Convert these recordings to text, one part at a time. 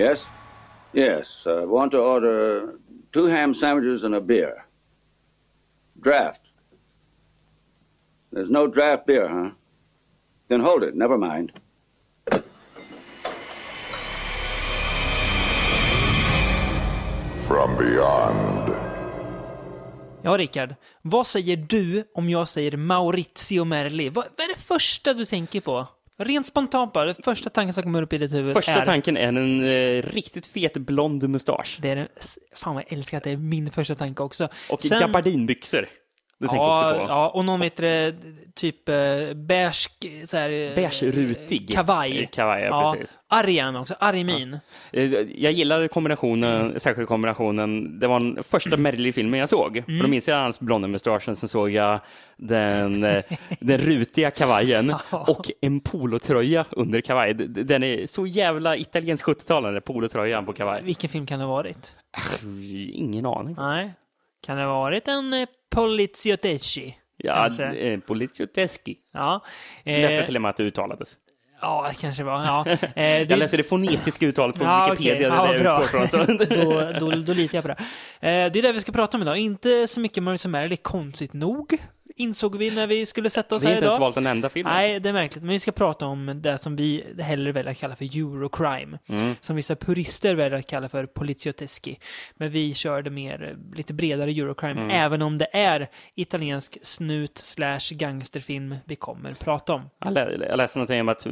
Yes? Yes. Want to order 2 ham sandwiches and a beer. Draft. There's no draft beer, huh? Then hold it. Never mind. From beyond. Ja, Rickard. Vad säger du om jag säger Maurizio Merli? Vad är det första du tänker på? Rent spontant bara, det första tanken som kommer upp i ditt huvud Första tanken är en riktigt fet blond mustasch. Det är fan vad jag älskar att det är min första tanke också. Och gabardinbyxor. Det tänker jag också på. Ja, och någon vet det, typ beige, så här, beige rutig kavaj. Kavaj, ja, precis. Arg också, arg min. Ja. Jag gillar kombinationen, särskilt kombinationen. Det var den första Merli-filmen jag såg. Och då minns jag hans blonda mustaschen, sen såg jag den rutiga kavajen och en polotröja under kavaj. Den är så jävla italiensk 70-tal, den där polotröjan på kavaj. Vilken film kan det ha varit? Ingen aning. Nej. Kan det ha varit en Poliziotteschi? Ja, Poliziotteschi. Ja. Läste till och med att det uttalades. Ja, det kanske var. Ja. Jag läser det fonetiska uttalet på Wikipedia. Okay. Det bra. från, så. då litar jag på det. Det är det vi ska prata om idag. Inte så mycket Maurizio Merli, konstigt nog. Insåg vi när vi skulle sätta oss här idag. Vi har inte ens valt en enda film. Nej, det är märkligt. Men vi ska prata om det som vi hellre väljer att kalla för Eurocrime. Som vissa purister väljer att kalla för Poliziotteschi. Men vi kör det mer, lite bredare Eurocrime. Även om det är italiensk snut/gangsterfilm vi kommer prata om. Jag läste någonting om att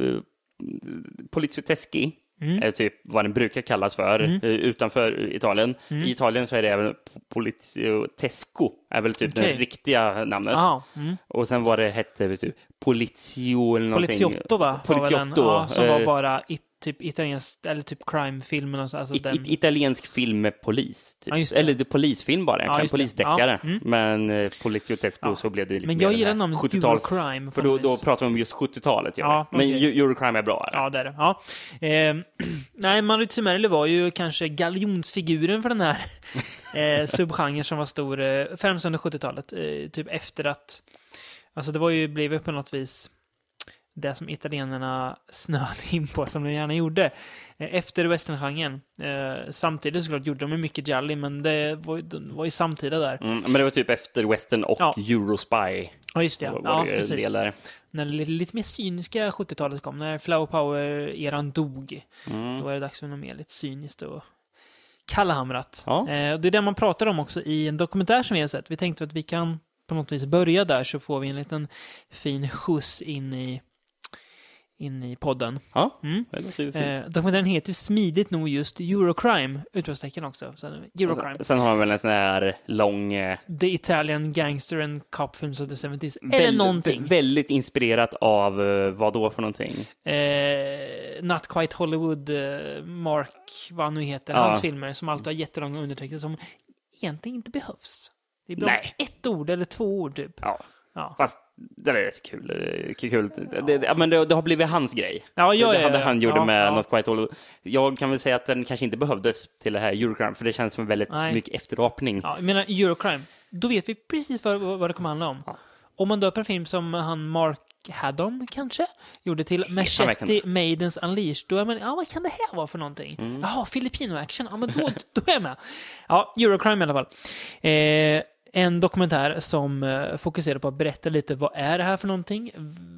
Poliziotteschi är typ vad den brukar kallas för utanför Italien. I Italien så är det även Poliziottesco är väl typ det riktiga namnet. Och sen var det hette typ Polizio eller någonting. Poliziotto va? Poliziotto. Som var bara typ italiensk eller typ crime-filmen och så, alltså italiensk film med polis typ. Eller det polisfilm bara, en polisdeckare. Men Poliziottesco så blev det lite. Men jag gillar namnet Eurocrime för då pratar vi om just 70-talet. Men Eurocrime är bra. Ja, det är det. Ja. Nej, Maurizio Merli var ju kanske galjonsfiguren för den här subgenren som var stor främst under 70-talet. Typ efter att alltså det var ju blivit på något vis det som italienarna snöade in på, som de gärna gjorde efter westerngenren. Samtidigt såklart gjorde de mycket gialli, men det var ju samtida där. Men det var typ efter western och Eurospy. Ja, just det. Ja, precis. När det lite mer cyniska 70-talet kom, när Flower Power-eran dog. Då var det dags för något mer lite cyniskt och kallhamrat. Ja. Det är det man pratar om också i en dokumentär som vi har sett. Vi tänkte att vi kan på något vis börja där, så får vi en liten fin skjuts in i podden. Ja, dokumentären heter smidigt nog just Eurocrime, utropstecken också. Eurocrime. Sen har man väl en sån här lång The Italian Gangster and Cop Films of the 70s. Eller någonting. Väldigt inspirerat av vad då för någonting? Not Quite Hollywood, Mark, vad nu heter, hans filmer som alltid har jättelånga undertexter som egentligen inte behövs. Det är bra ett ord eller 2 ord typ. Ja. Fast det är så kul. Men det har blivit hans grej. Det hade han gjorde med Not Quite All. Jag kan väl säga att den kanske inte behövdes till det här Eurocrime, för det känns som väldigt mycket efterapning. Ja, jag menar Eurocrime, då vet vi precis vad det kommer handla om. Om man döper en film som han Mark Haddon kanske gjorde till Machete Maidens Unleashed, då är man, vad kan det här vara för någonting? Jaha, Filipino-action, men då är jag med. Ja, Eurocrime i alla fall. En dokumentär som fokuserar på att berätta lite, vad är det här för någonting?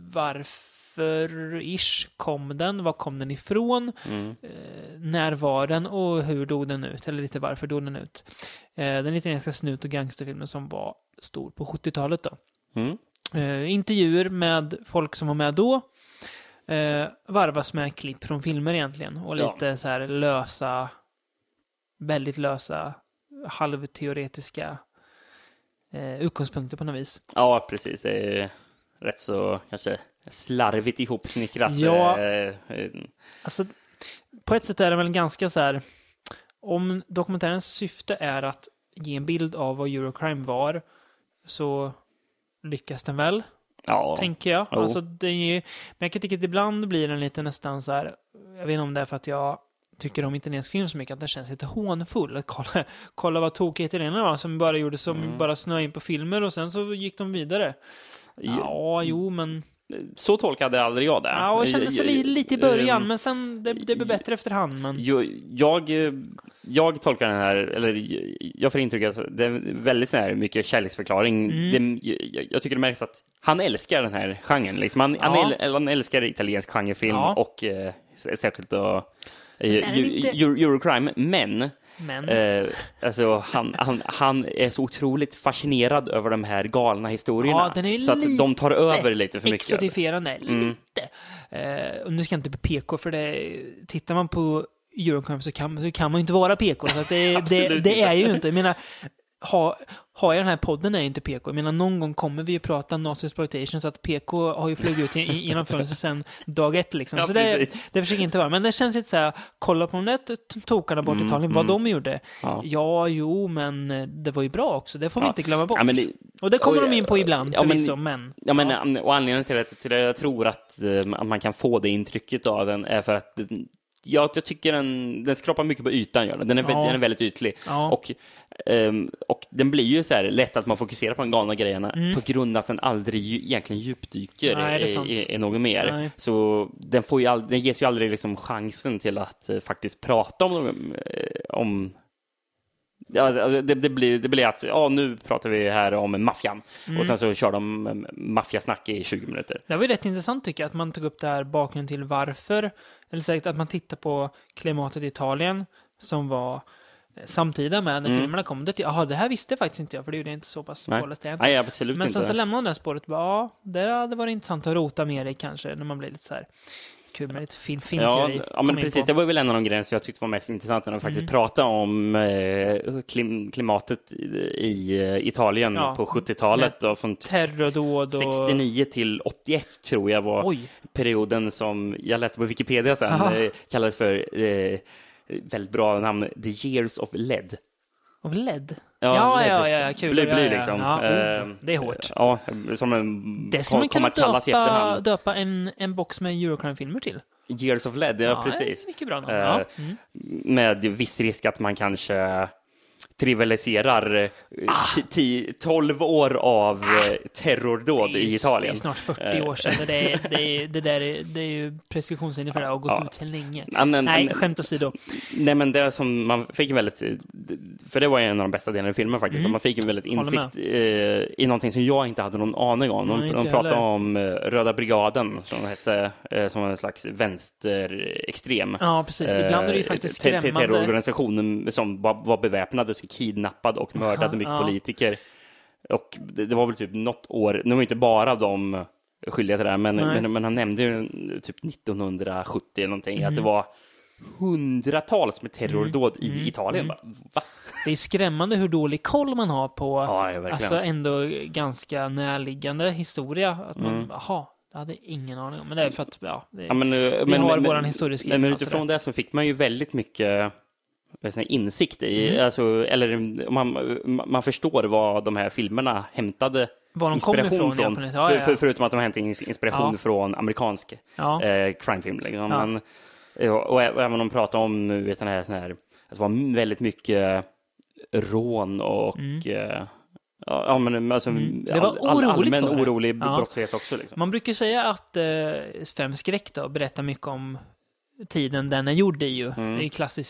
Varför kom den? Var kom den ifrån? När var den? Och hur dog den ut? Eller lite varför dog den ut? Den italienska snut- och gangsterfilmen som var stor på 70-talet då. Intervjuer med folk som var med då. Varvas med klipp från filmer egentligen. Och lite så här väldigt lösa, halvteoretiska utgångspunkter på något vis. Ja, precis. Det är rätt så kanske slarvigt ihopsnickrat. Ja, alltså på ett sätt är det väl ganska så här, om dokumentärens syfte är att ge en bild av vad Eurocrime var, så lyckas den väl, tänker jag. Alltså, men jag kan tycka att ibland blir den lite nästan så här, jag vet inte om det är för att jag tycker om italiensk film så mycket att den känns lite hånfull. Att kolla vad tokiga italienarna var som bara gjorde bara snöa in på filmer och sen så gick de vidare. Men Så tolkade aldrig jag det. Ja, och kände sig lite i början, men sen det blev bättre efterhand. Men... Jag tolkar den här, eller jag får intrycket att det är väldigt så här mycket kärleksförklaring. Jag tycker det märks att han älskar den här genren. Liksom. Han älskar italiensk genrefilm och särskilt då Eurocrime, men alltså han är så otroligt fascinerad över de här galna historierna, så att de tar över lite för mycket. Exotifierande, lite. Och nu ska jag inte bli PK, för det tittar man på Eurocrime så kan man ju inte vara PK, så att det är ju inte. Jag menar, har jag den här podden är ju inte PK. Jag menar, någon gång kommer vi ju prata Nazi-exploitation, så att PK har ju flugit ut genom fönstret sen dag ett liksom. Ja, så det försöker inte vara. Men det känns lite så här, kolla på de där tokarna bort i Italien, vad de gjorde. Men det var ju bra också. Det får vi inte glömma bort. Ja, och det kommer de in på ibland, förvisso, men... Och anledningen till att jag tror att man kan få det intrycket av den är för att jag tycker den skrapar mycket på ytan. Den är väldigt ytlig. Ja. Och den blir ju så här lätt att man fokuserar på de galna grejerna på grund av att den aldrig egentligen djupdyker i något mer. Nej. Så den ges ju aldrig liksom chansen till att faktiskt prata om det blir att nu pratar vi här om maffian och sen så kör de maffiasnack i 20 minuter. Det var ju rätt intressant tycker jag, att man tog upp det här bakgrunden till varför, eller säkert att man tittar på klimatet i Italien som var samtida med när filmerna kom. Det här visste jag faktiskt inte jag, för det gjorde jag inte så pass påläst. Nej, absolut men inte. Sen så lämnade man det här spåret, det hade varit intressant att rota mer i kanske, när man blir lite så här kul med lite filmteori. Ja, men precis. Det var väl en av de grejer som jag tyckte var mest intressant när de faktiskt pratade om klimatet i Italien på 70-talet. Och från terrordåd och 69 till 81 tror jag var perioden som jag läste på Wikipedia sen kallades för väldigt bra namn, The Years of Lead. Of lead? Ja, kul. Bly liksom. Det är hårt. Ja, det skulle man kunna döpa en box med Eurocrime-filmer till. Years of Lead, precis. Mycket bra namn. Med viss risk att man kanske trivialiserar 12 år av terrordåd i Italien. Det är snart 40 år sedan. Det är ju preskriptionstiden för det har gått ut sedan länge. Skämt åsido. Nej, men det som man fick väldigt... För det var en av de bästa delarna i filmen faktiskt. Man fick en väldigt insikt i någonting som jag inte hade någon aning om. De pratade om Röda brigaden som hette, som en slags vänsterextrem. Ja, precis. Ibland är det ju faktiskt skrämmande. Terrororganisationen som var beväpnade, så kidnappade och mördade mycket politiker. Och det var väl typ något år, nu var inte bara de skyldiga till det här, men han nämnde ju typ 1970 eller någonting, att det var hundratals med terrordåd i Italien. Va? Det är skrämmande hur dålig koll man har på alltså ändå ganska närliggande historia. Att man, jag hade ingen aning om. Men det är för att vi har våran historiska. Men utifrån det så fick man ju väldigt mycket insikt i, alltså, eller man förstår vad de här filmerma hämtade inspiration från. Förutom att de hämtade inspiration från amerikansk crimefilm. Liksom. Men, och även de pratar om att det var väldigt mycket rån och det var allmän orolig brottslighet också. Liksom. Man brukar säga att främst skräck då berättar mycket om tiden den är gjord i ju. Det är ju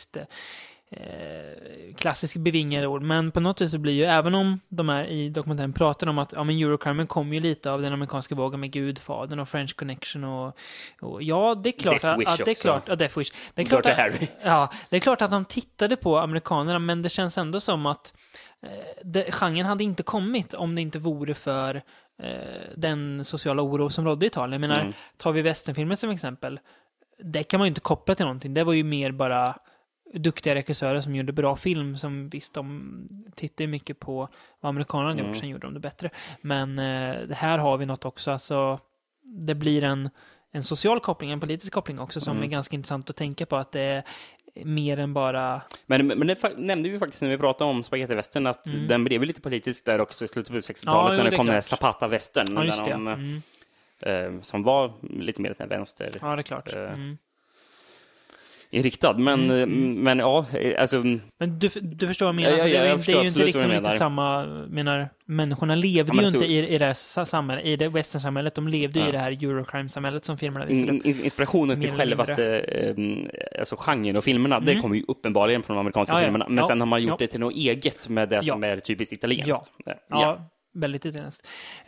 klassisk bevingade ord, men på något sätt så blir ju, även om de här i dokumentären pratar om att Eurocrime kom ju lite av den amerikanska vågen med Gudfadern och French Connection och det är klart Death Wish. Det är klart att de tittade på amerikanerna, men det känns ändå som att genren hade inte kommit om det inte vore för den sociala oro som rådde i Italien. Jag menar, tar vi westernfilmer som exempel, det kan man ju inte koppla till någonting. Det var ju mer bara duktiga regissörer som gjorde bra film, som visst, de tittar mycket på vad amerikanerna gjort, sen gjorde de det bättre. Men här har vi något också, alltså det blir en social koppling, en politisk koppling också, som är ganska intressant att tänka på, att det är mer än bara... Men det nämnde vi faktiskt när vi pratade om Spaghetti Western, att den blev lite politisk där också i slutet på 60-talet, när det kom den Zapata Western, som var lite mer ett vänster. Ja, det är klart. inriktad. Men ja, alltså... Men du förstår vad jag menar. Det är ju inte liksom lite samma... Menar, människorna levde ju inte i det här samhället, i det westernsamhället. De levde i det här Eurocrime-samhället som filmerna visade. Inspirationen till självaste alltså genren och filmerna, det kommer ju uppenbarligen från de amerikanska filmerna. Men sen har man gjort det till något eget med det som är typiskt italienskt. Ja, väldigt italienskt.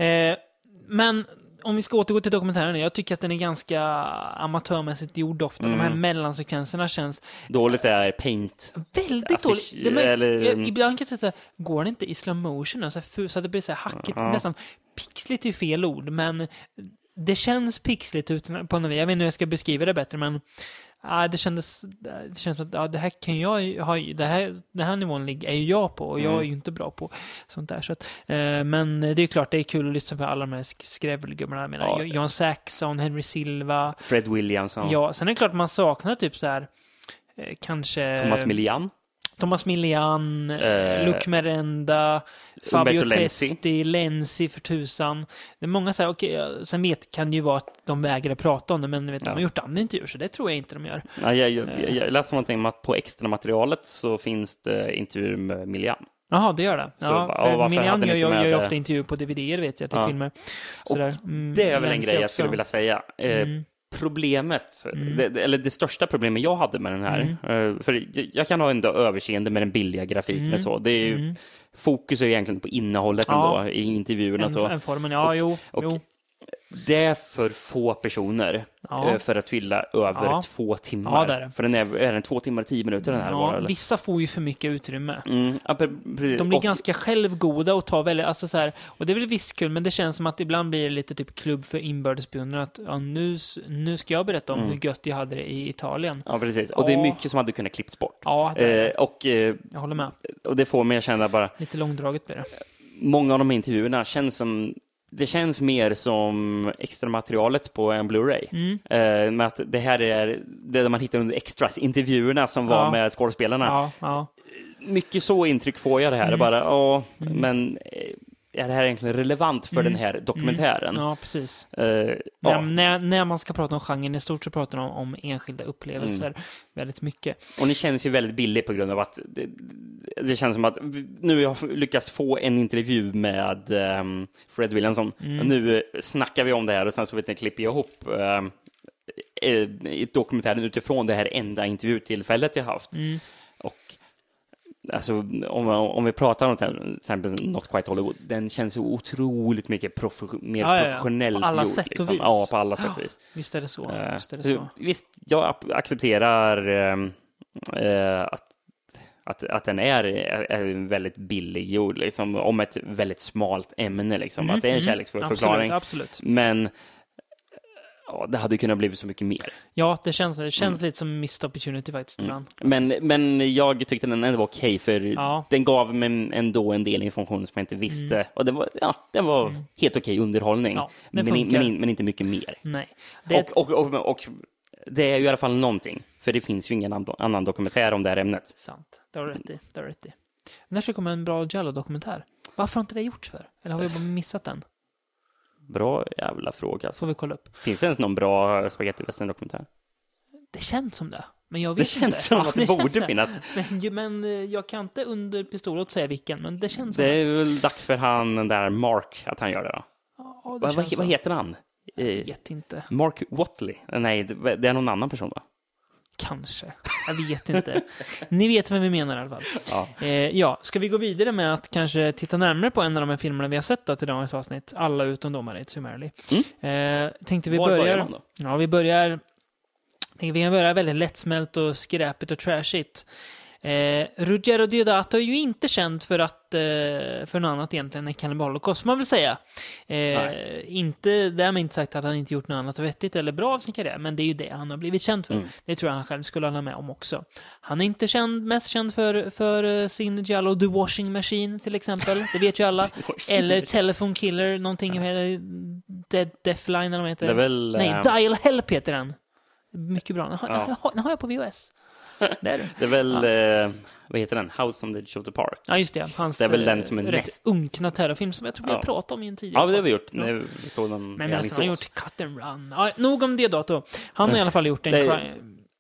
Men om vi ska återgå till dokumentären, jag tycker att den är ganska amatörmässigt gjord ofta. De här mellansekvenserna känns... Dåligt så här paint. Väldigt dåligt. Ibland kan jag säga, går det inte i slow motion? Så att det blir så här hackigt, nästan pixligt är fel ord, men det känns pixligt ut på något vis. Jag vet inte hur jag ska beskriva det bättre, men det känns att det här kan jag ha, det här nivån är ju jag på, och jag är ju inte bra på sånt där, så att, men det är klart det är kul att lyssna på alla de här skrävelgubbarna. Jag menar, John Saxon, Henry Silva, Fred Williamson. Ja, sen är det klart man saknar typ så här kanske Thomas Millian, Luc Merenda, Fabio Testi, Lenzi för tusan. Det är många så här, sen kan det ju vara att de vägrar prata om det, men de har gjort andra intervjuer, så det tror jag inte de gör. Ja, jag läste någonting om att på extra materialet så finns det intervjuer med Millian. Jaha, det gör det. För Millian gör ju ofta intervjuer på DVD, vet jag, till filmer. Det är väl en grej jag skulle vilja säga. Problemet, eller det största problemet jag hade med den här, för jag kan ha ändå överseende med den billiga grafiken och så. Det är ju, fokus är egentligen på innehållet ändå i intervjuerna. En formen, jo. Det är för få personer för att fylla över 2 timmar. Ja, för den är 2 timmar och 10 minuter den här. Ja, vissa får ju för mycket utrymme. De blir ganska självgoda och tar väldigt, alltså så här, och det är väl visst kul, men det känns som att ibland blir det lite typ klubb för inbördesbeundran, att nu ska jag berätta om hur gött jag hade det i Italien. Ja, precis. Och det är mycket som hade kunnat klippas bort. Ja, jag håller med. Och det får mig att känna bara... Lite långdraget blir det. Många av de här intervjuerna det känns mer som extra materialet på en Blu-ray. Med att det här är det man hittar under extras, intervjuerna som var med skådespelarna. Mycket så intryck får jag det här. Bara, men är det här egentligen relevant för den här dokumentären? Ja, precis. När man ska prata om genren i stort, så pratar de om enskilda upplevelser väldigt mycket. Och ni känns ju väldigt billig på grund av att det känns som att nu har jag lyckats få en intervju med Fred Williamson. Nu snackar vi om det här, och sen så vet ni, klipper jag ihop dokumentären utifrån det här enda intervjutillfället jag haft. Och alltså, om vi pratar om till exempel Not Quite Hollywood, den känns så otroligt mycket mer professionellt på alla gjord. Sätt liksom. och vis. Ja, på alla sätt och vis. Visst är det så. Visst, jag accepterar att den är väldigt billig gjord, liksom, om ett väldigt smalt ämne, liksom. Att det är en kärleksfull förklaring. Absolut. Men det hade kunnat bli så mycket mer. Ja, det känns lite som missed opportunity faktiskt ibland. Men jag tyckte den ändå var okej, för den gav mig ändå en del information som jag inte visste. Och den var helt okej underhållning. Ja, men inte mycket mer. Nej. Och det är ju i alla fall någonting. För det finns ju ingen annan dokumentär om det här ämnet. Sant. Det har rätt i. När ska det komma en bra Giallo-dokumentär? Varför har inte det gjorts för? Eller har vi bara missat den? Bra jävla fråga. Får vi kolla upp. Finns det ens någon bra spaghetti-western-dokumentär? Det känns som det. Men jag vet det känns inte. Som att det borde finnas. Men jag kan inte under pistolet säga vilken, men det känns som det. Är väl dags för han där Mark att han gör det då. Ja, vad heter han? Jag vet inte. Mark Watley? Nej, det är någon annan person, va? Kanske. Jag vet inte. Ni vet vad vi menar i alla fall. Ska vi gå vidare med att kanske titta närmare på en av de här filmerna vi har sett då till dagens avsnitt? Alla utom domare, Summarily. Tänkte vi börjar då? Ja, vi börjar väldigt lättsmält och skräpigt och trashigt. Ruggero Deodato är ju inte känd för något annat egentligen än Cannibal Holocaust, man vill säga. Därmed inte sagt att han inte gjort något annat vettigt eller bra av sin karriär, men det är ju det han har blivit känd för. Det tror jag han själv skulle hålla med om också. Han är inte mest känd för sin Giallo The Washing Machine till exempel, det vet ju alla. Eller Telephone Killer, någonting med Death Line eller vad heter det? Nej, Dial Help heter den. Mycket bra. Den har jag på VHS. Det är väl, vad heter den? House on the Edge of the Park. Ja, just det. Det är väl den som är rätt unkna terrorfilm som jag tror vi har pratat om i en tidigare. Ja, det har vi gjort. Men han har gjort Cut and Run. Ja, nog om det då. Han har i alla fall gjort en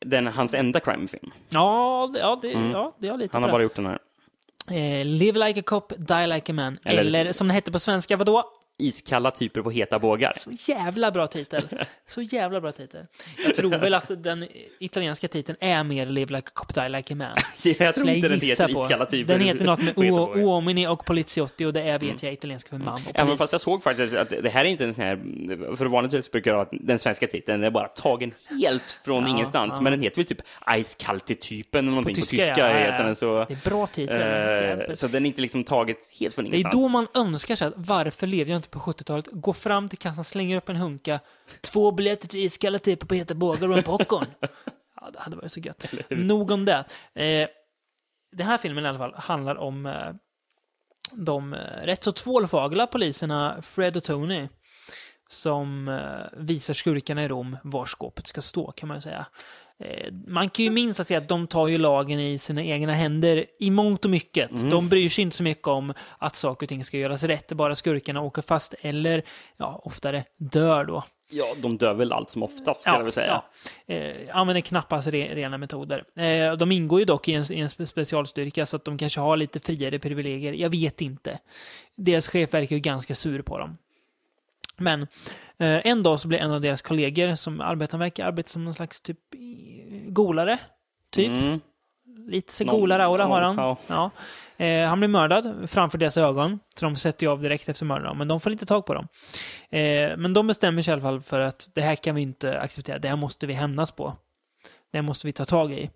hans enda crime-film. Ja, det har lite. Han har bara gjort den här. Live like a cop, die like a man. Eller som det hette på svenska, vadå? Iskalla typer på heta bågar. Så jävla bra titel. Jag tror väl att den italienska titeln är mer Live like a cop, die like a man. Jag tror inte den heter iskalla typer. Den heter något med uomini och poliziotti, och det är, vet jag, italienska för man. Även fast jag såg faktiskt att det här är inte en sån här, för vanligtvis brukar det vara den svenska titeln, den är bara tagen helt från ingenstans. Men den heter väl typ Eiskalti-typen eller någonting på tyska heter den, så. Det är bra titel. Så den är inte liksom taget helt från ingenstans. Det är då man önskar sig att varför levde jag inte på 70-talet, gå fram till kassan, slänger upp en hunka, 2 biljetter till iskalla typer på heta bågar och en popcorn. Ja, det hade varit så gött. Nog om det. Den här filmen i alla fall handlar om de rätt så tvålfagla poliserna Fred och Tony, som visar skurkarna i Rom var skåpet ska stå, kan man säga. Man kan ju minst att säga att de tar ju lagen i sina egna händer i mångt och mycket. De bryr sig inte så mycket om att saker och ting ska göras rätt. Bara skurkarna åker fast eller oftare dör då. Ja, de dör väl allt som oftast, skulle jag väl säga. Använder knappast rena metoder. De ingår ju dock i en specialstyrka, så att de kanske har lite friare privilegier. Jag vet inte. Deras chef verkar ju ganska sur på dem. Men en dag så blir en av deras kollegor som arbetar som någon slags typ golare. Typ. Lite så golare-aura har han. Ja. Han blir mördad framför deras ögon. Så de sätter ju av direkt efter mördaren. Men de får inte tag på dem. Men de bestämmer sig i alla fall för att det här kan vi inte acceptera. Det här måste vi hämnas på. Det här måste vi ta tag i.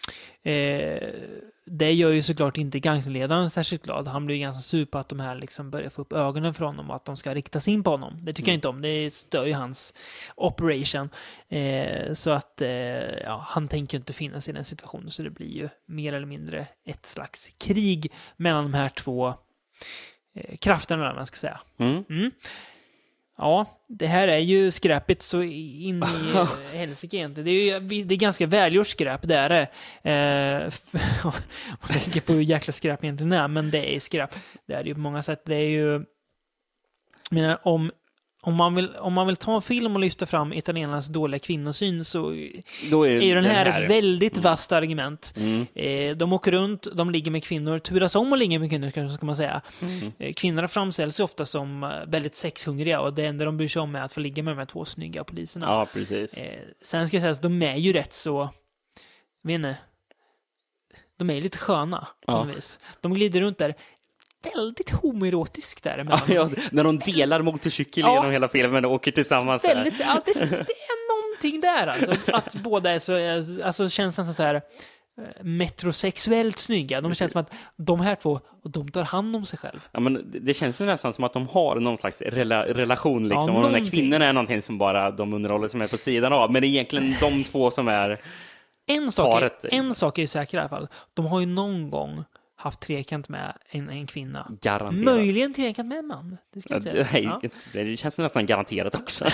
Det gör ju såklart inte gangsterledaren särskilt glad. Han blir ju ganska sur på att de här liksom börjar få upp ögonen för honom och att de ska riktas in på honom. Det tycker jag inte om. Det stör ju hans operation. Så att han tänker inte finnas i den situationen. Så det blir ju mer eller mindre ett slags krig mellan de här två krafterna, eller man ska säga. Ja, det här är ju skräpigt så in i helsike egentligen. Det är ganska välgjort skräp, det är det. Jag tänker på hur jäkla skräp egentligen är, men det är skräp. Det är ju på många sätt. Det är ju, menar, om man vill ta en film och lyfta fram italienarnas dåliga kvinnosyn, så då är ju den här ett väldigt vasst argument. De åker runt, de ligger med kvinnor, turas om och ligger med kvinnor, kanske ska man säga. Kvinnorna framställs ju ofta som väldigt sexhungriga, och det enda de bryr sig om är att få ligga med de här 2 snygga poliserna. Ja, precis. Sen ska jag säga att de är ju rätt så, vet ni, de är lite sköna på något vis. De glider runt där. Väldigt homoerotisk där. När de delar motorcykel genom hela filmen och åker tillsammans. Väldigt, det är någonting där alltså. Att båda är så, alltså känns nästan så här metrosexuellt snygga. De känns som att de här två, och de tar hand om sig själv. Ja, men det känns nästan som att de har någon slags relation liksom. Och de där kvinnorna är någonting som bara de underhåller som är på sidan av. Men det är egentligen de två som är en sak är ju säker i alla fall. De har ju någon gång haft trekant med en kvinna. Garanterat. Möjligen trekant med en man. Det ska jag inte säga. Det känns nästan garanterat också.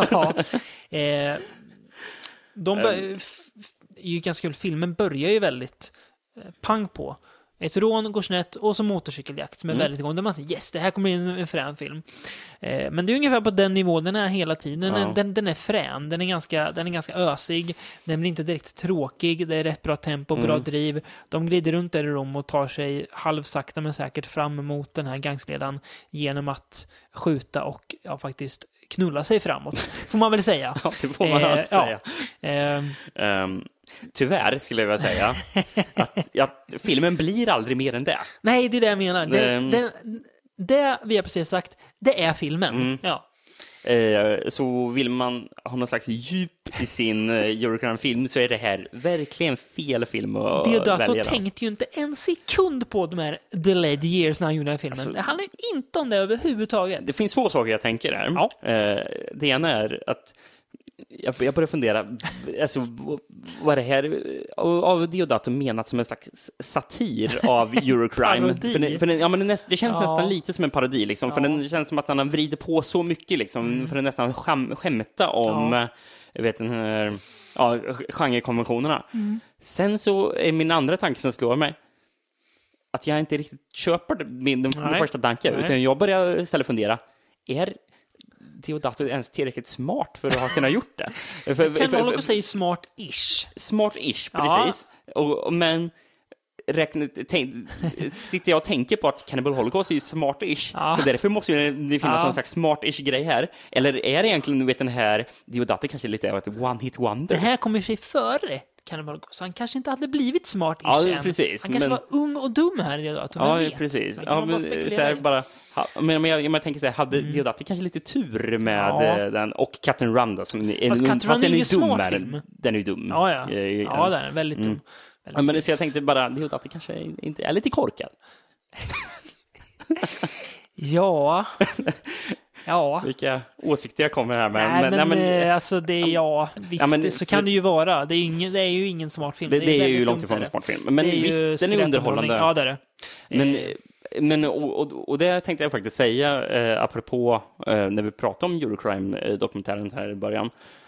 De är ju ganska kul. Filmen börjar ju väldigt pang på. Ett rån går snett och så motorcykeljakt som är väldigt igång. Där man säger, yes, det här kommer bli en frän film. Men det är ungefär på den nivån den är hela tiden. Den är frän. Den är ganska ösig. Den blir inte direkt tråkig. Det är rätt bra tempo, bra driv. De glider runt där i Rom och tar sig halvsakta men säkert fram emot den här gangsledaren genom att skjuta och faktiskt knulla sig framåt. Får man väl säga. Ja, det får man säga. Tyvärr skulle jag vilja säga att filmen blir aldrig mer än det. Nej, det är det jag menar. Det vi har precis sagt, det är filmen. Så vill man ha någon slags djup i sin Eurocrime-film, så är det här verkligen fel film att Deodato välja. tänkte ju inte en sekund på de här delayed years när han gjorde den här filmen. Alltså, det handlar ju inte om det överhuvudtaget. Det finns 2 saker jag tänker där. Ja. Det ena är att jag börjar fundera, alltså, vad det här av Deodato menat som en slags satir av Eurocrime. Det känns nästan lite som en parodi liksom, för den känns som att han vrider på så mycket liksom, för att nästan skämta om den här genrekonventionerna. Sen så är min andra tanke som slår mig att jag inte riktigt köper den första tanken, utan jag börjar istället fundera, Deodato ens tillräckligt smart för att ha kunnat gjort det? Cannibal Holocaust säger smart-ish. Smart-ish, precis. Ja. Men sitter jag och tänker på att Cannibal Holocaust är ju smart-ish, så därför måste ju det finnas någon slags smart-ish grej här. Eller är det egentligen, den här Deodato kanske lite av ett one-hit wonder? Det här kommer sig före Cannibal Holocaust, så han kanske inte hade blivit smart-ish än. Precis. Han kanske var ung och dum här, Deodato. Ja, precis. Men jag tänker så här, hade Deodato kanske lite tur med den, och Captain Run då, som fast den är ju smart film. Den är ju dum. Ja, den är väldigt dum. Men så jag tänkte bara, Deodato kanske inte är lite korkad. Ja. Vilka åsikter jag kommer här med. Men alltså det är visst, så kan det ju vara. Det är ju ingen smart film. Det är ju långt ifrån en smart film. Men visst, den är underhållande. Ja, det är det. Men det tänkte jag faktiskt säga apropå när vi pratade om Eurocrime-dokumentären här i början.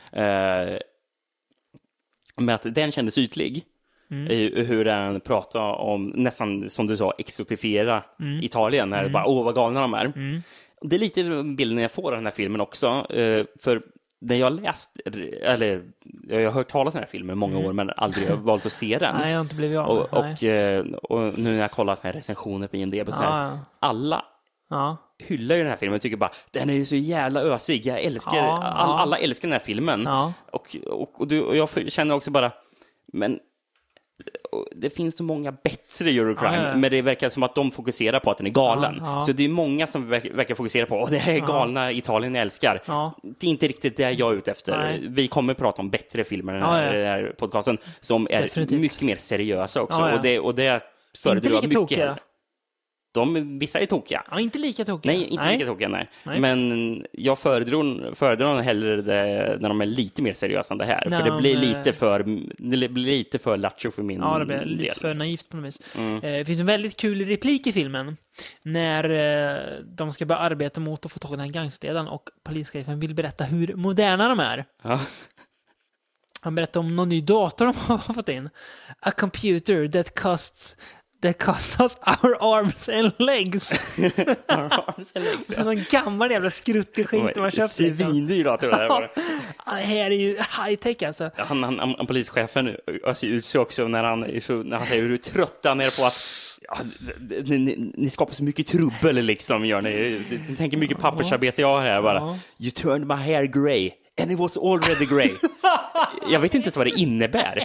Med att den kändes ytlig. Hur den pratar om, nästan som du sa, exotifiera Italien. När det bara, vad galna de är. Det är lite bilden jag får av den här filmen också. För när jag läst, eller jag har hört talas om den här filmen i många år, men aldrig har valt att se den. Nej, jag har inte blivit av. Och nu när jag kollar såna här recensioner på IMDb så här, alla hyllar ju den här filmen och tycker bara, den är ju så jävla ösig. Jag älskar, alla älskar den här filmen. Och jag känner också bara, men det finns så många bättre Eurocrime, men det verkar som att de fokuserar på att den är galen. Så det är många som verkar fokusera på, det här är galna Italien jag älskar. Det är inte riktigt det jag är ute efter. Nej. Vi kommer att prata om bättre filmer i den här podcasten som är definitivt mycket mer seriösa också. Och det föredrar jag mycket hellre. Vissa är tokiga. Ja, inte lika tokiga. Nej, inte lika tokiga, nej. Men jag föredrar hellre det när de är lite mer seriösa än det här. För det blir lite för lattjo för min del. Ja, det blir lite för naivt på något vis. Det finns en väldigt kul replik i filmen när de ska börja arbeta mot att få tag i den här gangsterledaren och polischefen vill berätta hur moderna de är. Ja. Han berättar om någon ny dator de har fått in. A computer that costs us our arms and legs. Någon gammal jävla skruttig skit man köpt. Svindyr dator det här var. Det här är ju high-tech alltså. Han polischefen ser ut så också när han säger hur trötta han är på att ni skapar så mycket trubbel liksom, gör ni tänker mycket pappersarbete jag har här bara. You turned my hair grey and it was already grey. Jag vet inte vad det innebär.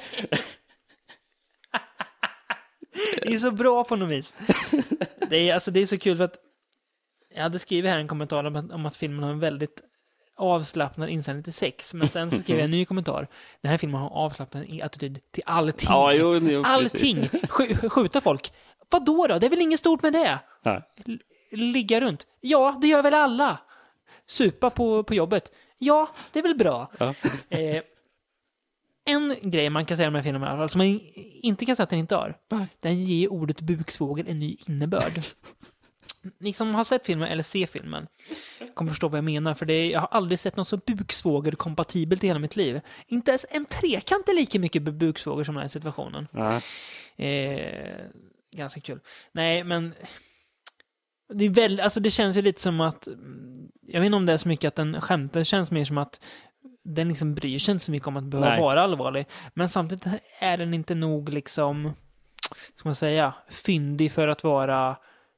Det är så bra på något vis. Det är så kul för att jag hade skrivit här en kommentar om att filmen har en väldigt avslappnad inställning till sex. Men sen så skrev jag en ny kommentar. Den här filmen har avslappnad attityd till allting. Allting. Skjuta folk. Vadå då? Det är väl inget stort med det? Ligga runt. Ja, det gör väl alla. Supa på jobbet. Ja, det är väl bra. En grej man kan säga om den här filmen, alltså man inte kan säga att den inte har. Den ger ordet buksvågel en ny innebörd. Ni som har sett filmen eller ser filmen kommer förstå vad jag menar. För jag har aldrig sett något så buksvågel-kompatibelt i hela mitt liv. Inte ens en trekant är lika mycket buksvågel som den här situationen. Ganska kul. Nej, men det är väl, alltså det känns ju lite som att, jag vet inte om det är så mycket att den skämtar, det känns mer som att den liksom bryr sig inte så mycket om att behöva vara allvarlig. Men samtidigt är den inte nog liksom, ska man säga, fyndig för att vara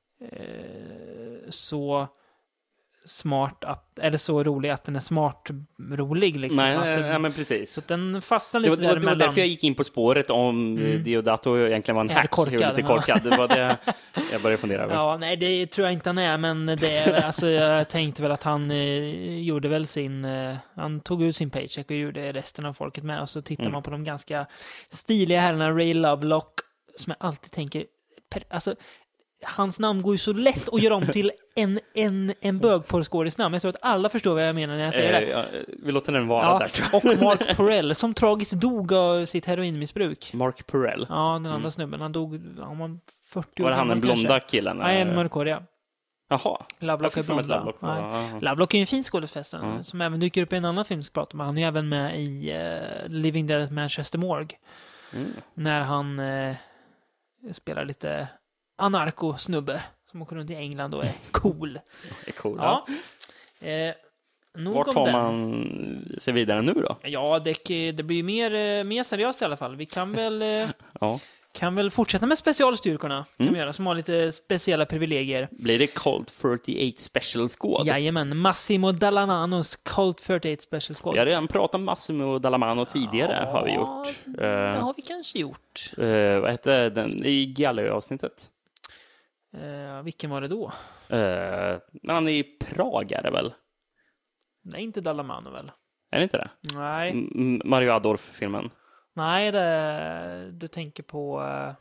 så smart eller så rolig att den är smart rolig liksom. Nej, men precis. Så den fastnar lite där. Det var därför jag gick in på spåret om Deodato egentligen var en hack. Lite korkad. Det var det jag började fundera över. Ja, nej, det tror jag inte han är, men det är, alltså, jag tänkte väl att han gjorde väl han tog ut sin paycheck och gjorde resten av folket med, och så tittar man på de ganska stiliga herrarna, Ray Lovelock, som jag alltid tänker, alltså hans namn går ju så lätt att göra om till en bögporrskådis namn. Jag tror att alla förstår vad jag menar när jag säger det. Vi låter den vara där. Och Mark Perrell som tragiskt dog av sitt heroinmissbruk. Mark Perrell? Ja, den andra snubben. Han dog, han var 40 år. Var han den blonda killen? Nej, en mörkhårig, ja. Jaha. Lovelock är blonda. Lovelock är en fin skådespelare som även dyker upp i en annan film som pratar om. Han är även med i Living Dead at Manchester Morgue. När han spelar lite anarko-snubbe som åker runt i England och är cool. Är cool, ja. Var tar man sig vidare nu då? Ja, det blir mer seriöst i alla fall. Vi kan väl fortsätta med specialstyrkorna kan vi göra, som har lite speciella privilegier. Blir det Colt 48 Special Squad? Jajamän, Massimo Dallamanos Colt 48 Special Squad. Jag har redan pratat om Massimo Dallamano tidigare, har vi gjort. Det har vi kanske gjort. Vad hette den i Gallo-avsnittet? Vilken var det då? Han är i Prag, är det väl? Nej, inte Dallamano väl? Är det inte det? Nej. Mario Adolf-filmen. Nej, du tänker på...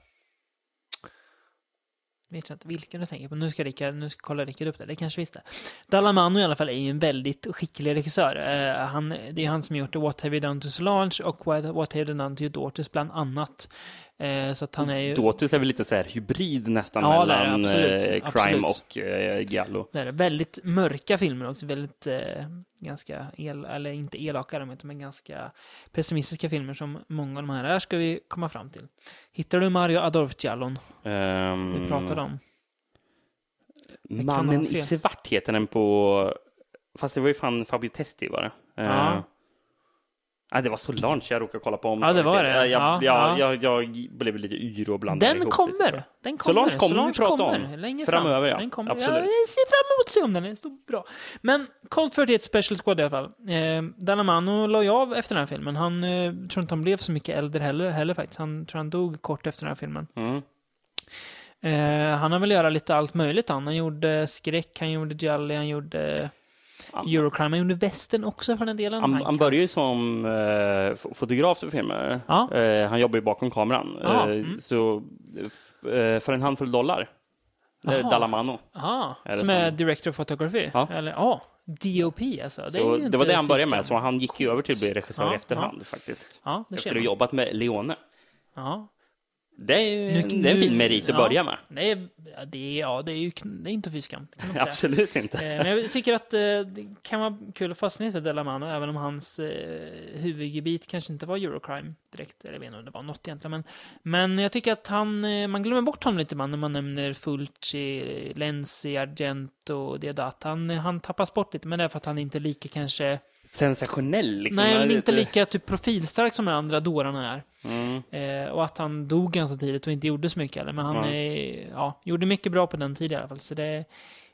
Jag vet inte vilken du tänker på. Nu ska kolla Rickard upp det. Det kanske visste. Dallamano i alla fall är ju en väldigt skicklig regissör. Det är han som gjort What Have You Done to Solange och What Have You Done to Your Daughters bland annat. Så att han är ju... Daughters är väl lite så här hybrid nästan mellan crime och giallo. Det är väldigt mörka filmer också. Väldigt ganska eller inte elaka men ganska pessimistiska filmer som många av de här ska vi komma fram till. Hittar du Mario Adolf-giallon? Vi pratade om. Mannen i svart heter den på... Fast det var ju fan Fabio Testi, var det? Det var så lunch jag råkade kolla på om. Ja, det var det. Jag blev lite yr och blandade ihop. Den kommer. Så kommer vi prata om. Längre framöver, ja. Absolut. Jag ser fram emot att se om den. Det står bra. Men Colt 48 Special Squad i alla fall. Dallamano la ju av efter den här filmen. Han tror inte han blev så mycket äldre heller faktiskt. Han tror han dog kort efter den här filmen. Han har väl göra lite allt möjligt. Han gjorde skräck, han gjorde gialli, han gjorde... Eurocrime, han gjorde västern också för den delen. Han började ju som fotograf för filmer. Han jobbar ju bakom kameran. Så för en handfull dollar. Dallamano. Som är director of photography. Eller DOP alltså. Det var det han började med. Så han gick ju över till att bli regissör i efterhand faktiskt. Efter att ha jobbat med Leone. Det är en fin merit att börja med. Det är inte fyskam. Absolut inte. Men jag tycker att det kan vara kul att fastna för Dallamano, även om hans huvudgebit kanske inte var Eurocrime direkt. Eller jag vet inte om det var något egentligen. Men jag tycker att man glömmer bort honom lite när man nämner Fulci, Lenzi, Argento och det. Han tappas bort lite, men det är för att han inte är lika kanske... sensationell liksom. Nej, men inte lika typ profilstark som de andra dårarna är. Och att han dog ganska tidigt och inte gjorde så mycket eller, men han gjorde mycket bra på den tiden i alla fall, så det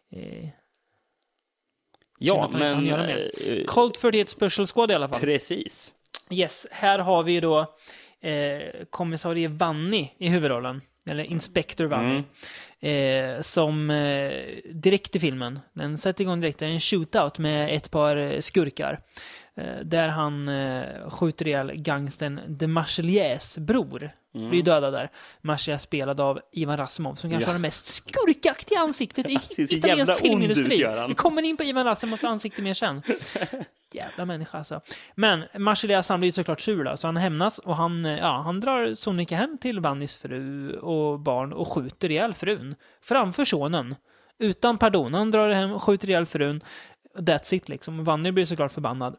men Colt 48 Special Squad i alla fall. Precis. Yes, här har vi då kommissarie Vanni i huvudrollen, eller Inspector Vanni. Som direkt i filmen, den sätter igång direkt en shootout med ett par skurkar där han skjuter ihjäl gangsten de Marcheliers bror. Blir dödad där. Marchelier spelad av Ivan Rassimov, som kanske har det mest skurkaktiga ansiktet i italiensk filmindustri. Vi kommer in på Ivan Rassimovs ansikte mer sen. Jävla människa alltså. Men Marchelier, han blir ju såklart sur då, så han hämnas och han drar Sonika hem till Vannis fru och barn och skjuter ihjäl frun framför sonen. Utan pardon. Han drar hem och skjuter ihjäl frun. That's it liksom. Vanni blir såklart förbannad.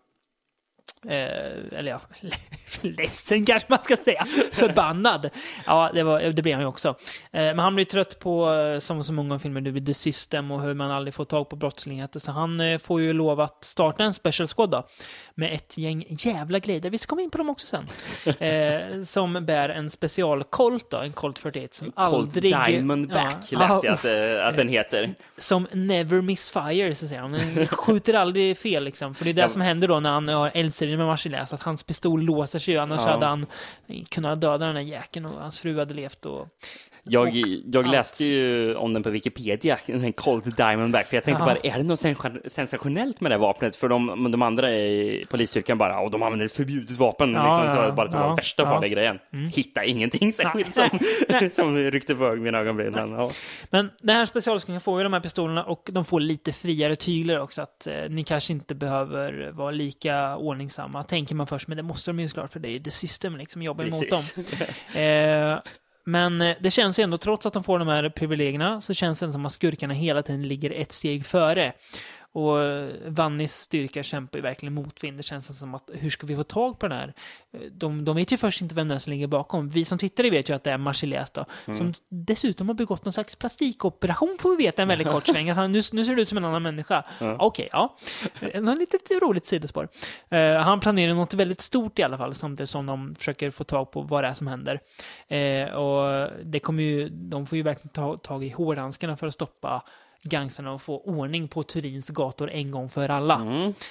Ledsen kanske man ska säga. Förbannad. Ja, det blir han ju också. Men han blir trött på, som så många filmer, The System och hur man aldrig får tag på brottslingar. Så han får ju lov att starta en special squad då, med ett gäng jävla glider. Vi ska komma in på dem också sen. Som bär en special Colt då, en Colt 48 som aldrig... Colt Diamondback läste jag att den heter. Som never misfire, så att säga. Han skjuter aldrig fel liksom. För det är det som händer då när han har eldserien med Marchelier, att hans pistol låser sig, annars hade han kunnat döda den här jäkeln och hans fru hade levt Jag läste ju om den på Wikipedia, den Colt Diamondback, för jag tänkte bara, är det något sensationellt med det vapnet? För de andra i polisstyrkan bara, de använder ett förbjudet vapen. Så bara det var värsta farliga grejen. Hitta ingenting särskilt som ryckte på mina ögonbryn. Men den här specialskrivningen får ju de här pistolerna, och de får lite friare tyglar också, att ni kanske inte behöver vara lika ordningsamma, tänker man först, men det måste de ju såklart, för det är ju The System liksom, jobbar emot dem. Men det känns ju ändå, trots att de får de här privilegierna, så känns det som att skurkarna hela tiden ligger ett steg före. Och Vannis styrka kämpar ju verkligen motvind. Det känns som att hur ska vi få tag på den här? De vet ju först inte vem det är som ligger bakom. Vi som tittare vet ju att det är Marcellus då, som dessutom har begått någon slags plastikoperation, får vi veta en väldigt kort sväng. Att nu ser det ut som en annan människa. Okej, ja. Något litet roligt sidospår. Han planerar något väldigt stort i alla fall, samtidigt som de försöker få tag på vad det är som händer. Och det kommer ju, de får ju verkligen ta tag i hårdhandskarna för att stoppa gangsarna och få ordning på Turins gator en gång för alla.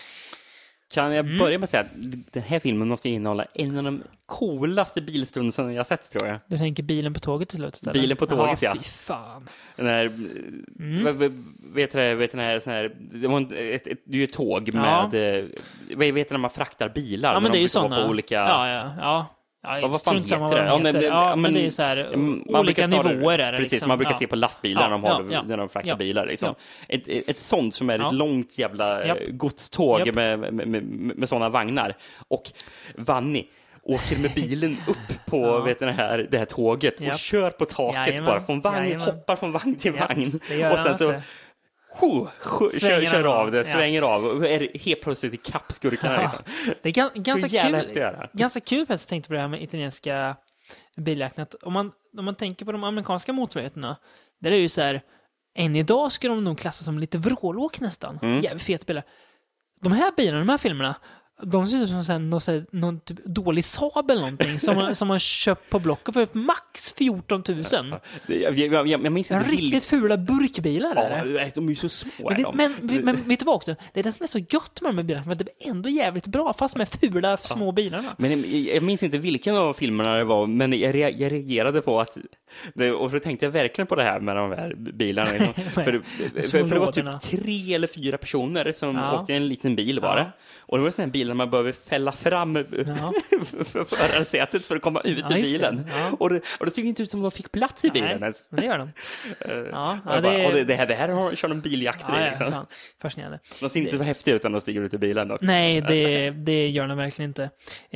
Kan jag börja med att säga att den här filmen måste innehålla en av de coolaste bilstunderna jag sett, tror jag. Du tänker bilen på tåget till slut? Bilen på tåget, ja. Fy fan. Den här, vet du här, det var det är ju ett tåg med, vet du när man fraktar bilar? Ja, men det är ju sådana. På olika... Ja, vad fan heter det? Men det är så här, olika nivåer är det. Precis, liksom. man brukar se på lastbilar när de fraktar bilar. Liksom. Ett sånt som är ett långt jävla godståg med sådana vagnar. Och Vanni åker med bilen upp på det här tåget och kör på taket bara. Från vagn, hoppar från vagn till vagn. Och sen så... kör av det, svänger av och är helt plötsligt i kappskurkarna. Liksom. Det är ganska kul för att jag tänkte på det här med italienska biljaknat. Om man tänker på de amerikanska motorvägarna, där är det ju så här, än idag skulle de nog klassas som lite vrålåk nästan. Jävligt fet bilar. De här bilarna, de här filmerna, de ser ut som någon typ dålig Saab eller någonting som man köpt på Blocket för max 14 000. Jag minns inte riktigt fula burkbilar. De är ju så små. Men vet du vad också? Det är det som är så gött med de här bilarna, men det är ändå jävligt bra fast med fula små bilarna. Men jag minns inte vilken av filmerna det var, men jag reagerade på att och så tänkte jag verkligen på det här med de här bilarna. Liksom. för det var typ 3 eller 4 personer som åkte i en liten bil bara. Och det var sån här bil där man behöver fälla fram för förarsätet för att komma ut i bilen. Och det såg inte ut som att de fick plats i bilen. Nej, det gör de. Det här kör de biljakter i. Liksom. Fascinerande. De ser inte så häftiga ut när de stiger ut ur bilen dock. Nej, det gör de verkligen inte.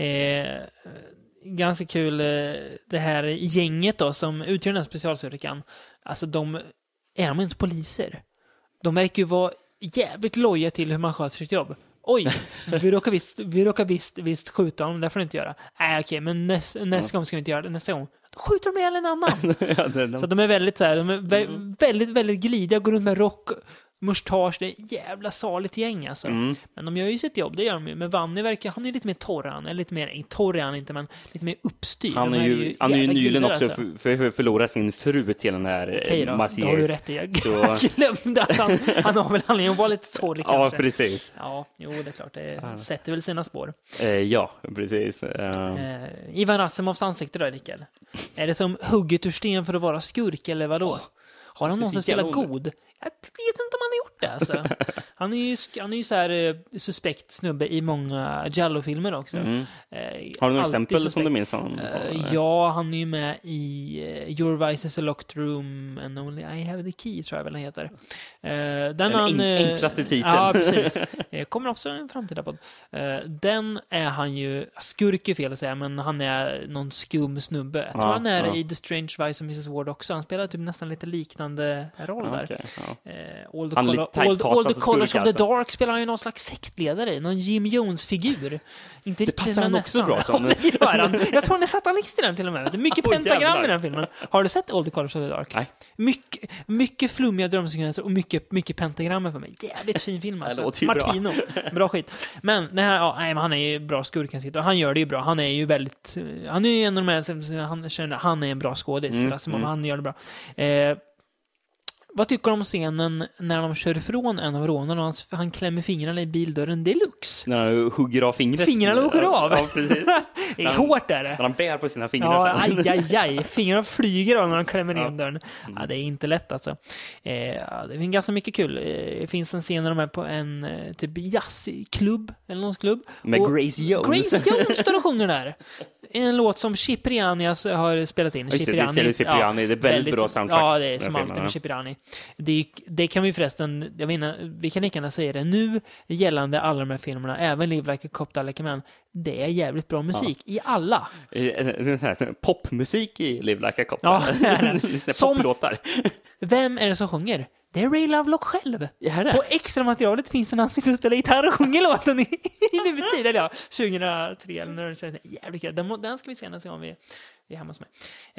Ganska kul det här gänget då som utgör den här specialstyrkan. Alltså de är inte poliser. De verkar ju vara jävligt loja till hur man sköter sitt jobb. Oj, vi råkar visst skjuta dem, det får ni inte göra. Nej, okej, men nästa gång ska vi inte göra det. Nästa gång, då skjuter de ihjäl en annan. Så de är väldigt så här, de är väldigt, väldigt glidiga, går runt med rock, mustasch, det är jävla saligt gäng alltså. Men de gör ju sitt jobb, det gör de ju. Men Vanni verkar, han är lite mer torran, eller lite mer, torr är han inte, men lite mer uppstyrd. Han är ju nyligen också förlorat sin fru till den här Massiers. Då har du rätt i. Jag glömde att han har väl anledning att vara lite torrig kanske. Ja, precis. Ja, jo, det är klart, det sätter väl sina spår. Ja, precis. Ivan Rassimovs ansikte då, Rickard. Är det som hugget ur sten för att vara skurk, eller vadå? Har han någonsin spelat god? Jag vet inte om han har gjort det alltså. Han är ju så här suspekt snubbe i många Giallo-filmer också. Har du några exempel som du minns honom? Ja, han är ju med i Your Vice is a Locked Room and Only I Have the Key, tror jag väl han heter. Den enklaste titeln. Ja, precis. Kommer också en framtida podd. Den är han ju, skurk är fel att säga, men han är någon skum snubbe. Jag tror han är i The Strange Vice of Mrs. Ward också. Han spelar typ nästan lite liknande roll där. Okay, All the Colors of the Dark spelar han ju någon slags sektledare i. Någon Jim Jones-figur. Inte det passar han också bra som. Jag tror han är satanist i den till och med. Det är mycket pentagram i den filmen. Har du sett All the Colors of the Dark? Nej. Mycket flummiga drömsekvenser och mycket pentagram för mig. Jävligt fin film alltså. Martino. Bra skit. Men det här, men han är ju bra skurk. Och han gör det ju bra. Han är ju väldigt... Han är ju en av de här... Han är en bra skådis. Alltså, han gör det bra. Vad tycker du om scenen när de kör ifrån en av rånarna och han klämmer fingrarna i bildörren deluxe? När han hugger av fingret. Fingrarna åker av. Ja, precis. Det är hårt där. När han bär på sina fingrar. Ja, aj. Fingrarna flyger av när han klämmer in dörren. Ja, det är inte lätt alltså. Det finns ganska mycket kul. Det finns en scen när de är på en typ jazzklubb eller någon klubb. Med Grace Jones. Grace Jones står och sjunger där. En låt som Cipriani har spelat in. Cipriani, det är väldigt bra soundtrack. Ja, det är som alltid med Cipriani. Det kan vi förresten, vi kan lika gärna säga det nu, gällande alla de här filmerna, även Live Like a Cop, Die Like a Man. Det är jävligt bra musik i alla. Popmusik i Live Like a Cop. Ja, som poplåtar. Vem är det som sjunger? Det är Ray Lovelock själv. Ja, på extra materialet finns en ansikte som spelar gitarr och sjunger låten i nutid. Ja, 2003 eller när det jävligt kul. Den ska vi se nästa gång vi är hemma hos mig.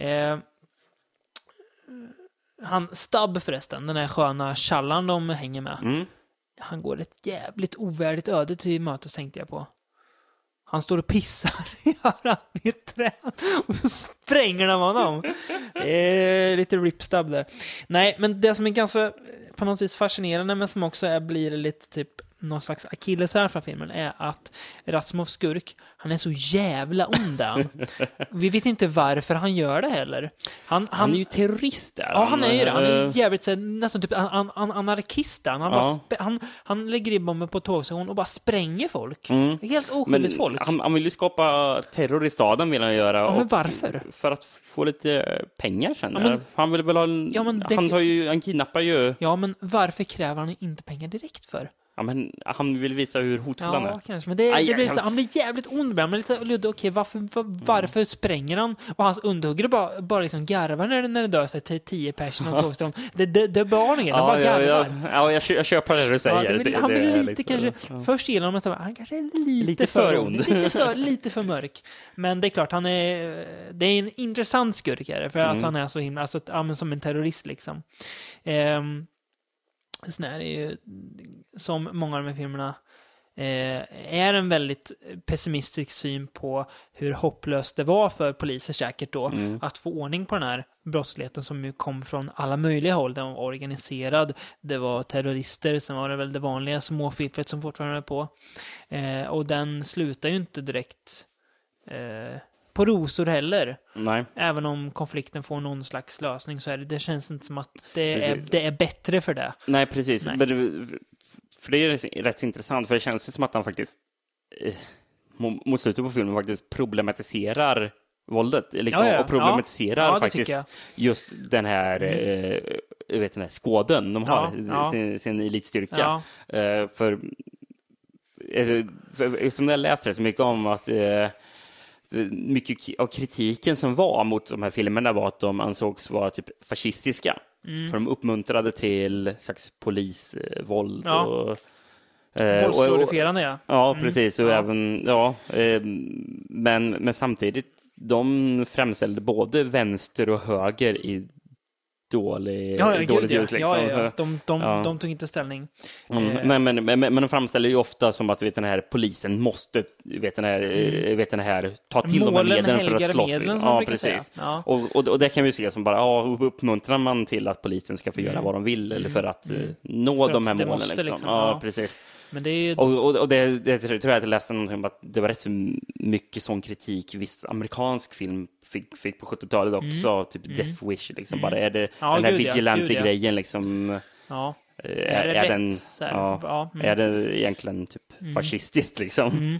Han Stubb förresten, den här sköna challan de hänger med. Han går ett jävligt ovärdigt öde till mötet, tänkte jag på. Han står och pissar i ett träd och så spränger de honom. Lite rip-Stubb där. Nej, men det som är ganska på något vis fascinerande, men som också blir lite typ någon slags akilleshäl från filmen, är att Rasmus skurk, han är så jävla ond där. Vi vet inte varför han gör det heller. Han är ju terrorist där. Ja, han är ju det. Han är jävligt nästan typ anarkist. Han lägger in bomber på tågstationen och bara spränger folk. Helt oskyldigt folk. Han vill ju skapa terror i staden, vill han göra. Ja, men varför? För att få lite pengar sen. Han vill väl ha han kidnappar ju. Ja, men varför kräver han inte pengar direkt för? Ja, men han vill visa hur hotfull han är. Ja, kanske. Men han blir jävligt ond. Men lite luddig. Okej, varför spränger han? Och hans underhuggare bara liksom garvar när det dör sig till 10 personer och tågstrån. Det är barningen. Han bara garvar. Ja, jag köper det du säger. Han blir lite kanske... Först gillar han att han kanske är lite för ond. Lite för mörk. Men det är klart, det är en intressant skurkare. För att han är så himla... Alltså, som en terrorist liksom. Sån här är ju, som många av de här filmerna är en väldigt pessimistisk syn på hur hopplöst det var för poliser säkert då att få ordning på den här brottsligheten som ju kom från alla möjliga håll. Den var organiserad, det var terrorister, sen var det väl det vanliga småfifflet som fortfarande är på. Och den slutar ju inte direkt på rosor heller. Nej. Även om konflikten får någon slags lösning så är det känns inte som att det är bättre för det. Nej, precis. Nej. För det är rätt så intressant, för det känns som att han faktiskt mot slutet på filmen faktiskt problematiserar våldet liksom, och problematiserar faktiskt just den här skåden de har, sin elitstyrka. För som jag läste det så mycket om att mycket av kritiken som var mot de här filmerna var att de ansågs vara typ fascistiska. För de uppmuntrade till slags polisvåld och våldsglorifierande, ja, precis. Och även, men samtidigt, de framställde både vänster och höger i dåligt ljus. Liksom. De tog inte ställning. Men de framställer ju ofta som att den här polisen måste den här ta till de här medlen för att slåss. Ja, precis. Ja. Och det kan vi se som bara uppmuntrar man till att polisen ska få göra vad de vill eller för att nå de här målen. Liksom. Ja, precis. Men det är ju... och det tror jag att jag läste någonting om att det var rätt så mycket sån kritik viss amerikansk film fick på 70-talet också, typ Death Wish liksom. Bara är det den här vigilante-grejen liksom. Ja. Är den är det egentligen typ fascistiskt liksom.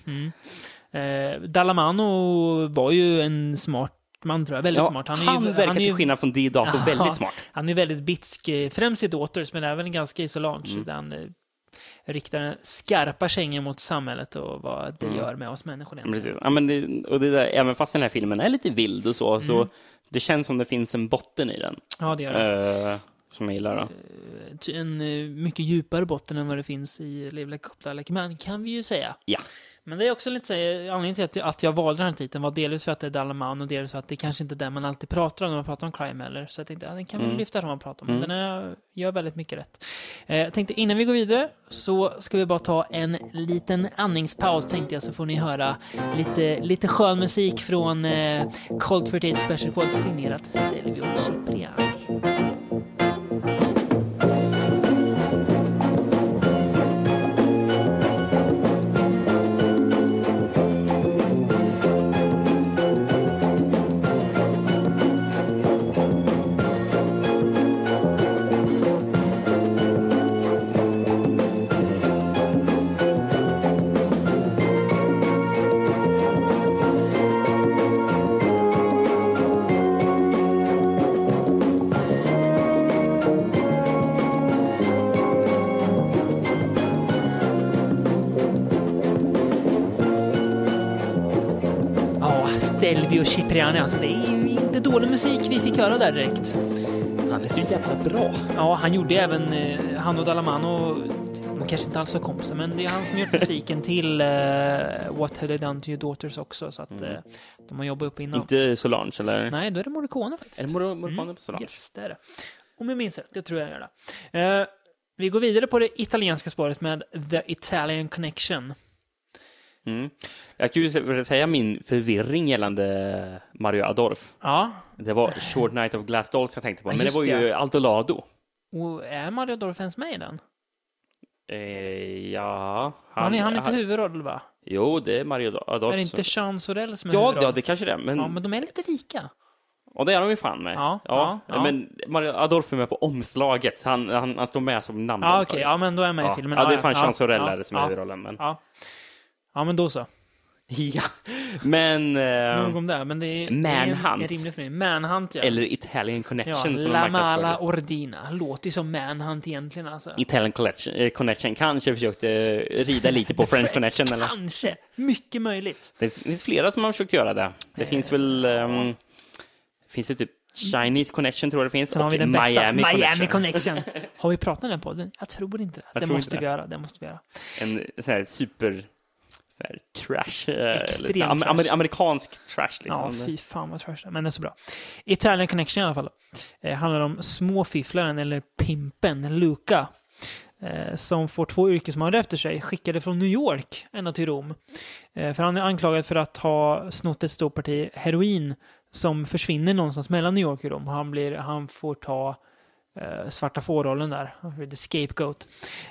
Dallamano var ju en smart man, tror jag, väldigt smart. Han verkar till skillnad från D-dator väldigt smart. Han är väldigt bitsk, främst i Daughters, men även ganska isolant. Han riktar skarpa kängor mot samhället och vad det gör med oss människor. Precis. Ja, men det där, även fast den här filmen är lite vild och så det känns som det finns en botten i den. Ja, det gör det. Som jag gillar då. En mycket djupare botten än vad det finns i Live Like a Cop, Like a Man, kan vi ju säga. Ja. Men det är också lite anledningen till att jag valde den här titeln var delvis för att det är Dallamano och delvis för att det kanske inte är det man alltid pratar om när man pratar om crime heller. Så jag tänkte den kan vi lyfta fram och prata om. Den gör väldigt mycket rätt. Jag tänkte innan vi går vidare så ska vi bara ta en liten andningspaus, tänkte jag, så får ni höra lite skön musik från Cold 48 Special Quad signerat Stelvio Cipriani. Stelvio Cipriani, alltså det är ju inte dålig musik vi fick höra där direkt. Han är så jävla bra. Ja, han gjorde även han och Dalamano, de kanske inte alls var kompisar, men det är han som gjort musiken till What Have They Done To Your Daughters också, så att de har jobbat upp innan. Inte Solange, eller? Nej, då är det Morricone faktiskt. Är det Morricone på Solange? Yes, det är det. Om jag minns rätt, det tror jag gör det. Vi går vidare på det italienska spåret med The Italian Connection. Jag skulle säga min förvirring gällande Mario Adorf. Ja. Det var Short Night of Glass Dolls jag tänkte på, men det var ju Aldolado. Och är Mario Adorf ens med i den? Ja. Han är inte huvudroll, va? Jo, det är Mario Adorf. Är det inte Jean Sorel som är huvudroll? Ja, det kanske det är. Men de är lite lika. Och det är de ju fan med. Ja. Men Mario Adorf är med på omslaget. Han står med som namn. Ja, okej. Ja, men då är jag med i filmen. Ja, det är fan Jean Sorel som är huvudrollen. Men... Ja, men då så. Ja, men... Nog om det, men det är Manhunt. En rimlig film. Manhunt, ja. Eller Italian Connection. Ja, La Mala Ordina. Låter som Manhunt egentligen, alltså. Italian Connection kanske försökte rida lite på French Connection. Eller? Kanske. Mycket möjligt. Det finns flera som har försökt göra det. Det finns väl... finns det typ Chinese Connection, tror jag det finns. Sen har vi den bästa, Miami Connection. Har vi pratat om den podden? Jag tror inte det. Det måste vi göra. En sån här super... trash, amerikansk trash liksom. Ja, fy fan vad trash. Men det är så bra. Italian Connection i alla fall. Handlar om småfifflaren eller pimpen Luca, som får 2 yrkesmördare efter sig, skickade från New York ända till Rom. För han är anklagad för att ha snott ett stort parti heroin som försvinner någonstans mellan New York och Rom. Han får ta svarta fårrollen där, the scapegoat.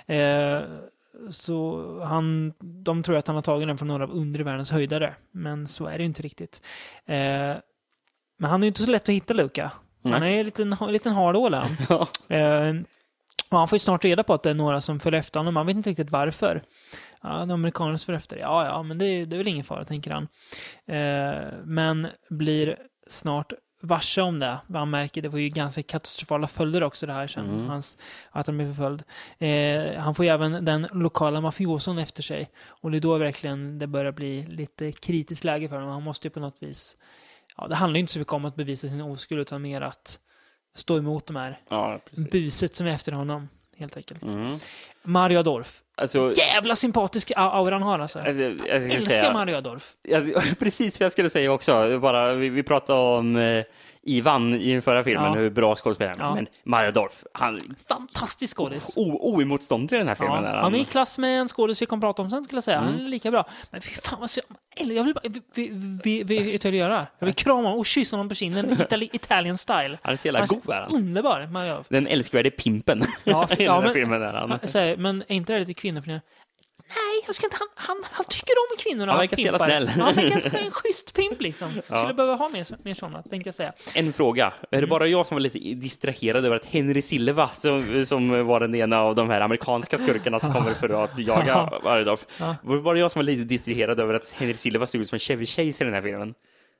Så de tror att han har tagit den från några av undre världens höjdare, men så är det inte riktigt. Men han är ju inte så lätt att hitta, Luca. Han är en liten hardhål. Han får ju snart reda på att det är några som följer efter honom. Man vet inte riktigt varför. Ja, de amerikaner följer efter. Ja, men det är väl ingen fara, tänker han. Men blir snart varse om det. Han märker, det var ju ganska katastrofala följder också det här sen, att han blev förföljd. Han får ju även den lokala mafioson efter sig. Och det är då verkligen det börjar bli lite kritiskt läge för honom. Han måste ju på något vis... Ja, det handlar ju inte så mycket om att bevisa sin oskuld, utan mer att stå emot de här buset som är efter honom, helt enkelt. Mario Adorf. Alltså, jävla sympatisk aura han har, alltså. Jag älskar Mario Adorf. Precis vad jag skulle säga också. Vi pratade om Ivan i den förra filmen, hur bra skådespelaren är. Men Mario Adorf, han... Fantastisk skådis. Oemotståndlig i den här filmen. Han är i klass med en skådis vi kommer prata om sen, skulle jag säga. Han är lika bra. Men fy fan vad jag vill bara... Vi göra. Jag vill krama honom och kyssa honom på kinden. Italian style. Han är så jävla god här. Underbar, Mario Adorf. Den älskvärde pimpen i den här filmen. Där, men är inte det lite kvinnor? Nej, jag ska inte, han tycker om kvinnorna. Han verkar så jävla snäll. Han verkar en schysst pimp liksom. Skulle behöva ha mer sådana, tänkte jag säga. En fråga. Är det bara jag som var lite distraherad över att Henry Silva, som var den ena av de här amerikanska skurkarna som kommer för att jaga Adolf. Var det bara jag som var lite distraherad över att Henry Silva såg ut som en Chevy Chase i den här filmen?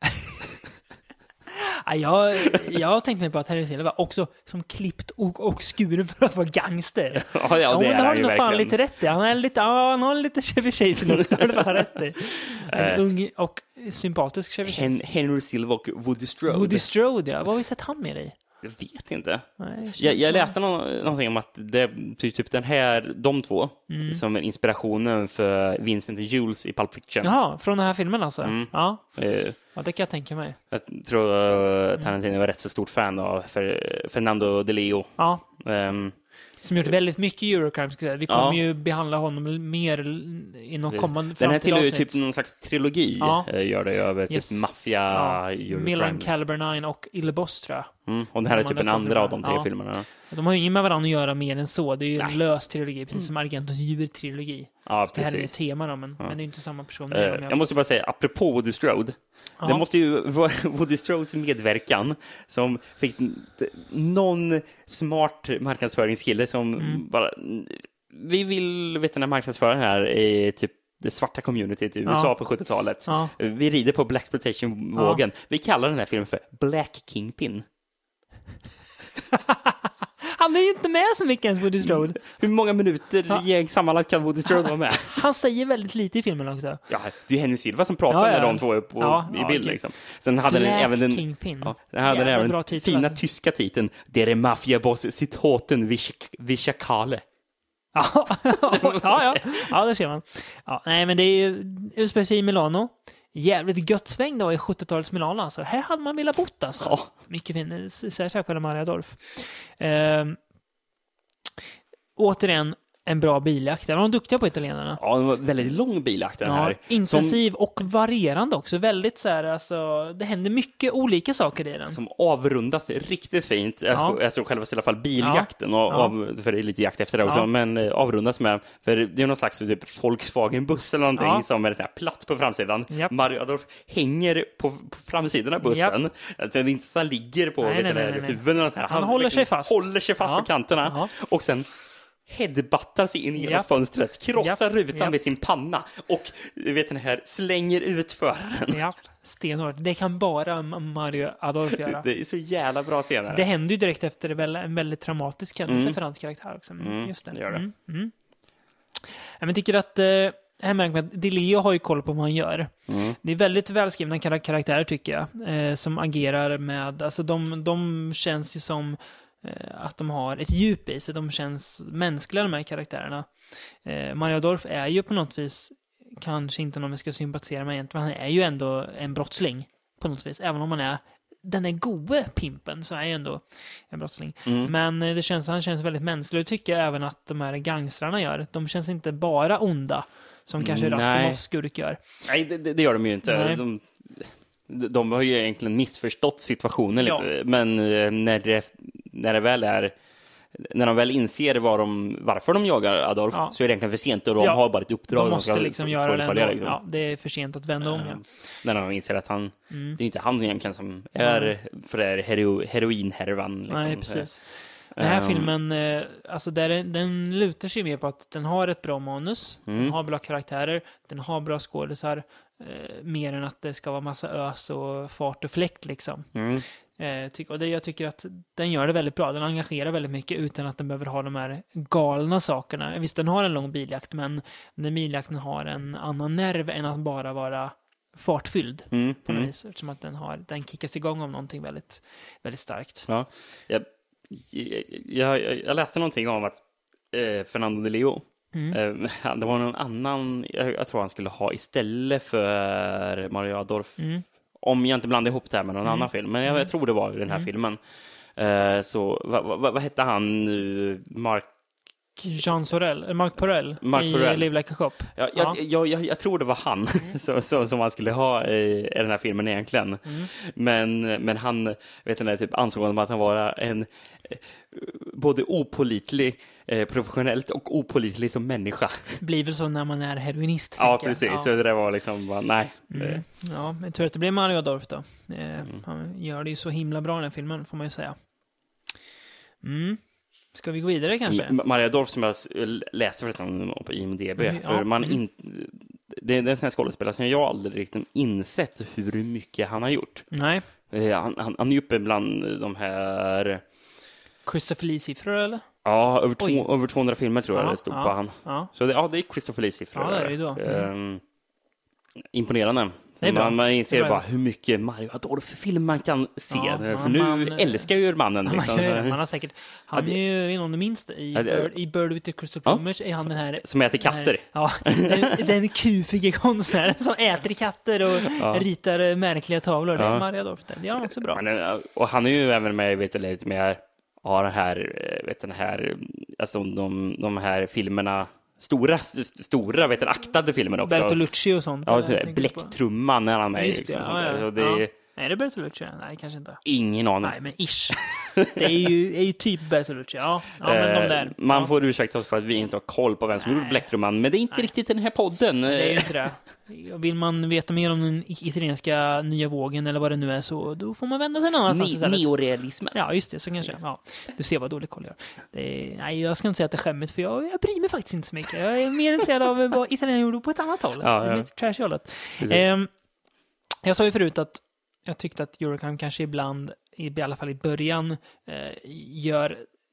Jag tänkte mig på att Henry Silva var också som klippt och skuren för att vara gangster. Det har du nog fan lite rätt i. Han har lite Chevy Chase-lukt. Det har du rätt i. En ung och sympatisk Chevy Chase. Henry Silva och Woody Strode. Woody Strode, ja. Vad har vi sett han med dig? Jag vet inte. Jag läste någonting om att det typ de två som är inspirationen för Vincent och Jules i Pulp Fiction. Jaha, från den här filmen alltså. Ja, det kan jag tänka mig. Jag tror Tarantino var rätt så stort fan av Fernando De Leo. Ja. Som gjort väldigt mycket Eurocrime. Vi kommer ju behandla honom mer i någon kommande den här tillhör ju typ någon slags trilogi. Gör det över typ maffia, Eurocrime. Millen, Caliber 9 och Il Boss, tror jag. Och det här är typ en andra av de 3 filmerna. De har ju ingen med varandra att göra mer än så. Det är ju en lös trilogi, precis som Argentos djur-trilogi. Ja, det här är ett tema då, men det är inte samma person. Jag måste bara säga, apropå Woody Strode, det måste ju vara Woody Strodes medverkan som fick någon smart marknadsföringskille som bara... Vi vill veta den här marknadsföringen här i typ det svarta communityt i USA på 70-talet. Vi rider på blaxploitation-vågen. Vi kallar den här filmen för Black Kingpin. Han är ju inte med så mycket ens, Woody Strode. Hur många minuter sammanlagt kan Woody Strode vara med? Han säger väldigt lite i filmen också. Ja, det är Henry Silva som pratar när de två är i bild. Liksom. Sen hade den även den fina tyska titeln Der Mafiaboss Citaten Vichakale. Ja, det ser man. Ja, nej, men det är ju utspelar i Milano. Jävligt gött sväng då i 70-talets Milano. Alltså. Här hade man velat bott. Alltså. Ja. Mycket fint. Särskilt på Maria Dorf. Återigen, en bra biljakt. De var duktiga på italienarna. Ja, det var väldigt lång biljakt den här. Intensiv och varierande också. Väldigt så här, alltså, det händer mycket olika saker i den. Som avrundas riktigt fint. Jag såg själva i alla fall biljakten. För det är lite jakt efter det också. Men avrundas med, för det är någon slags typ Volkswagen-buss eller någonting som är så här platt på framsidan. Mario Adolf hänger på framsidan av bussen. Alltså det inte ligger på huvudet. Han håller sig fast på kanterna. Och sen headbuttar sig in genom fönstret, krossar rutan med sin panna och den här slänger ut föraren. Ja, stenhårt. Det kan bara Mario Adolf göra. Det är så jävla bra scener. Det händer ju direkt efter en väldigt traumatisk händelse för hans karaktär också. Just det. Det gör det. Jag tycker att här märker man att DeLeo har ju koll på vad han gör. Det är väldigt välskrivna karaktärer tycker jag, som agerar med, alltså de känns ju som att de har ett djup i sig. De känns mänskliga, de här karaktärerna. Mario Dorf är ju på något vis kanske inte någon vi ska sympatisera med egentligen. Han är ju ändå en brottsling på något vis. Även om han är den är gode pimpen så är ju ändå en brottsling. Men han känns väldigt mänsklig. Och det tycker jag även att de här gangstrarna gör. De känns inte bara onda som kanske Rasimovs skurk gör. Nej, det gör de ju inte. De har ju egentligen missförstått situationen lite. Men när de väl inser varför de jagar Adolf så är det egentligen för sent och de har bara ett uppdrag. De måste liksom göra det ändå. Liksom. Ja, det är för sent att vända om. När de inser att det är inte han egentligen som är för det här heroinhärvan. Liksom. Nej, precis. Den här filmen, alltså den lutar sig mer på att den har ett bra manus, den har bra karaktärer, den har bra skådisar, mer än att det ska vara massa ös och fart och fläkt liksom. Jag tycker att den gör det väldigt bra. Den engagerar väldigt mycket utan att den behöver ha de här galna sakerna. Visst, den har en lång biljakt, men den biljakten har en annan nerv än att bara vara fartfylld på något vis. Eftersom att den kickas igång av någonting väldigt, väldigt starkt. Ja. Jag läste någonting om att Fernando DeLeo det var någon annan jag tror han skulle ha istället för Mario Adolf. Om jag inte blandar ihop det här med någon annan film. Men jag tror det var i den här filmen. Så vad hette han nu? Mark Porrell i Live Like a Cop. Jag tror det var han som han skulle ha i den här filmen egentligen. Men han typ ansåg att han var en både opålitlig professionellt och opålitlig som människa. Blir väl så när man är heroinist. Ja, precis. Så det var liksom bara, nej. Ja, jag tror att det blev Mario Adolf då. Han gör det ju så himla bra i den här filmen, får man ju säga. Ska vi gå vidare kanske? Maria Dorf som jag läser förresten på IMDb. Det är en sån här skådespelare som jag aldrig riktigt insett hur mycket han har gjort. Nej. Han är ju uppe bland de här... Christopher Lee-siffror eller? Ja, över 200 filmer tror jag det stod på han. Ja. Så det är Christopher Lee-siffror. Ja, det är det då. Imponerande. Man inser bara hur mycket Mario Adolf-film man kan se. För nu älskar ju mannen. Liksom. Man har säkert... Han är ju inom det minsta i Bird with the Crystal Plumage är han den här... Som äter katter. Den kufige konstnären som äter katter och ritar märkliga tavlor. Det är Mario Adolf. Det är han också bra. Och han är ju även med, lite mer... Ja, den här... Alltså de här filmerna... Stora aktade filmer också. Bertolucci och sånt. Ja, Bläcktrumman när han är med. Just det, är det Bertolucci? Nej, kanske inte. Ingen aning. Nej, men ish. Det är ju typ Bertolucci. Ja, men de där. Man får ursäkta oss för att vi inte har koll på vem som gjorde Bläcktrumman, men det är inte riktigt den här podden. Det är ju inte det. Vill man veta mer om den italienska nya vågen eller vad det nu är, så då får man vända sig en annanstans istället. Neorealismen. Ja, just det, så kanske. Ja. Du ser vad dålig koll jag har. Nej, jag ska inte säga att det är skämmigt, för jag bryr mig faktiskt inte så mycket. Jag är mer intresserad av vad Italien gjorde på ett annat håll. Mitt trash-hållet. Jag sa ju förut att jag tyckte att Eurocrime kanske ibland, i alla fall i början, gör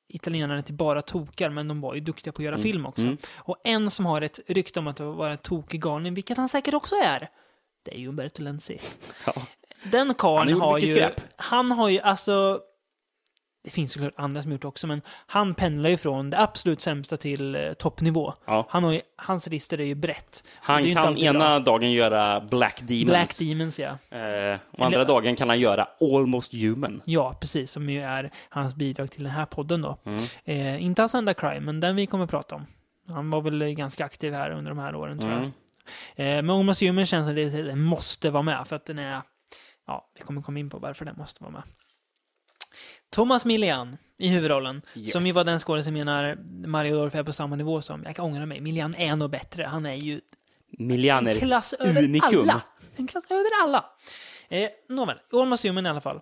italienarna till bara tokar, men de var ju duktiga på att göra film också. Och en som har ett rykte om att vara en tokig galning, vilket han säkert också är, det är ju Umberto Lenzi. Ja. Den karln han har ju alltså, det finns såklart andra som gjort också, men han pendlar ju från det absolut sämsta till toppnivå. Ja. Hans register är ju brett. Han kan ena dagen göra Black Demons, ja. Och andra dagen kan han göra Almost Human. Ja, precis, som ju är hans bidrag till den här podden då. Inte hans enda crime, men den vi kommer att prata om. Han var väl ganska aktiv här under de här åren, tror jag. Men Almost Human känns att det måste vara med, för att den är, ja, vi kommer komma in på varför den måste vara med. Thomas Milian i huvudrollen, som ju var den skådespelaren som menar Mario Adolfo är på samma nivå som, jag kan ångra mig, Milian är nog bättre. Han är ju Milian är en klass över unikum. Alla. En klass över alla. Nåväl, Almost Human i alla fall.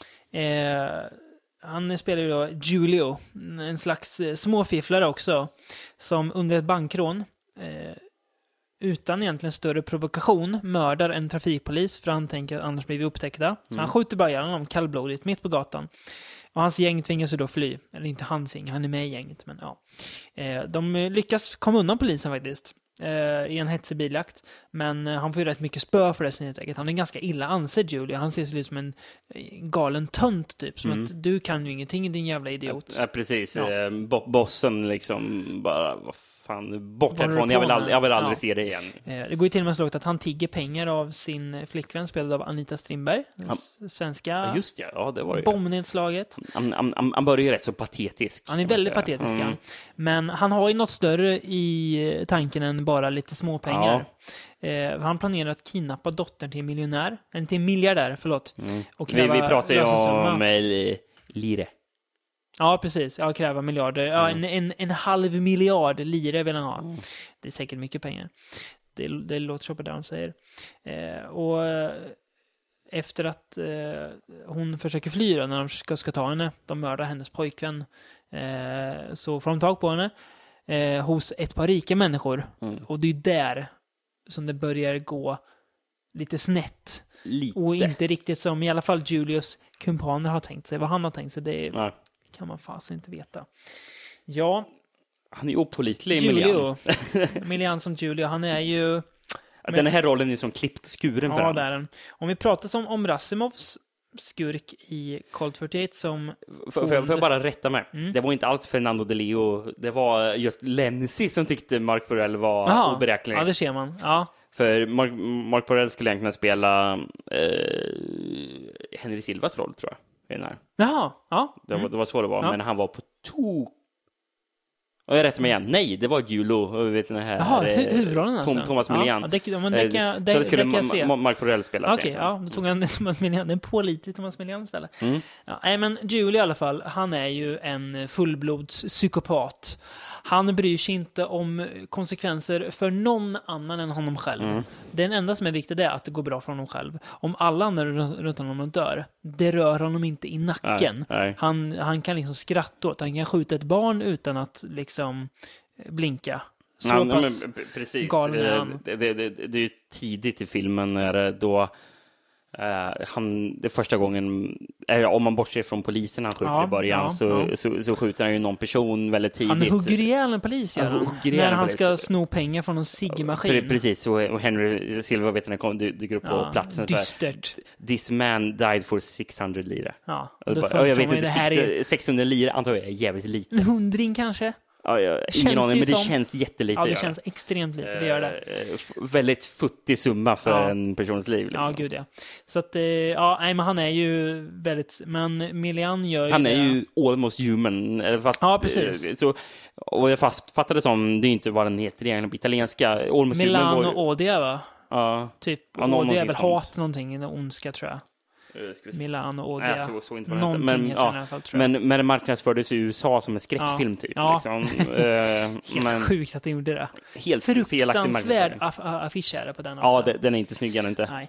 Han spelar ju då Giulio, en slags småfifflare också, som under ett bankrån utan egentligen större provokation mördar en trafikpolis, för han tänker att annars blir vi upptäckta. Så han skjuter bara ihjäl honom kallblodigt mitt på gatan. Och hans gäng tvingas ju då fly. Eller inte hans gäng, han är med i gänget, men ja. De lyckas komma undan polisen faktiskt. I en hetsig biljakt. Men han får ju rätt mycket spö för det sin helt enkelt. Han är ganska illa ansedd, Julia. Han ser sig ut som en galen tönt typ. Som att du kan ju ingenting, din jävla idiot. Ja, precis. Ja. Bossen liksom bara, vad fan, bort härifrån. Jag vill aldrig se det igen. Det går ju till och med så lågt att han tigger pengar av sin flickvän, spelad av Anita Strindberg. Svenska just ja, det var det. Bombnedslaget. Han börjar ju rätt så patetisk. Han är väldigt patetisk. Men han har ju något större i tanken än bara lite småpengar. Han planerar att kidnappa dottern till en miljonär. Eller till en miljardär, förlåt. Och vi pratar ju om lire. Ja, precis. Ja, kräva miljarder. Ja, en halv miljard lire vill han ha. Det är säkert mycket pengar. Det låter så på det de säger. Och efter att hon försöker fly när de ska ta henne, de mördar hennes pojkvän, så får de tag på henne hos ett par rika människor. Och det är där som det börjar gå lite snett. Och inte riktigt som i alla fall Julius kumpaner har tänkt sig. Vad han har tänkt sig, det kan man fast inte veta. Ja. Han är opålitlig, Milian som Giulio. Han är ju... Den här rollen är som klippt skuren för honom. Ja, där. Om vi pratar om Rasimovs skurk i Colt 48 som... Får jag bara rätta mig? Det var inte alls Fernando De Leo. Det var just Lenzi som tyckte Mark Borell var oberäknelig. Ja, det ser man. Ja. För Mark Borell skulle egentligen spela Henry Silvas roll, tror jag. Jaha, ja. Det var så det var, men han var på tok. Och jag rättade mig igen. Nej, det var Giulio, vet den här. Jaha, huvudrollen alltså. Thomas Milian. Ja, det skulle Mark Borell spela. Okej, ja, då tog han Thomas Milian. Den pålitlig Thomas Milian istället. Ja, nej, men Giulio i alla fall, han är ju en fullblods psykopat. Han bryr sig inte om konsekvenser för någon annan än honom själv. Den enda som är viktig är att det går bra för honom själv. Om alla andra runt honom dör, det rör honom inte i nacken. Nej. Han kan liksom skratta åt. Han kan skjuta ett barn utan att liksom blinka. Så pass precis. Galen är han. Det är ju tidigt i filmen när då det första gången, om man bortser från polisen han skjuter i början, så skjuter han ju någon person väldigt tidigt. Han hugger ihjäl en polis när han ska sno pengar från en Sigma-maskin. Precis, och Henry Silva vet när han dyker upp på platsen. Dystert. This man died for 600 lire. Ja, och jag vet inte, 600 lire antar jag är jävligt lite. 100 kanske? Ja, ingen aning, men det känns jättelite. Ja, det känns extremt lite, det gör det. Väldigt futtig summa för en persons liv. Liksom. Ja, gud ja. Så att, men han är ju väldigt, men Milian gör ju... Han är ju almost human. Fast, ja, precis. Och jag fattade som, det är inte vad den heter egentligen på italienska. Milano Odia, va? Ja. Typ, Odia är väl hat någonting, ondska tror jag. Milano och Odia. Så inte någonting heter den i alla fall, tror jag. Men det marknadsfördes i USA som en skräckfilm typ. Ja. Liksom. Helt sjukt att de gjorde det. Helt felaktig marknadsföring. Fruktansvärd affisch är det på den också. Ja, den är inte snygg än inte.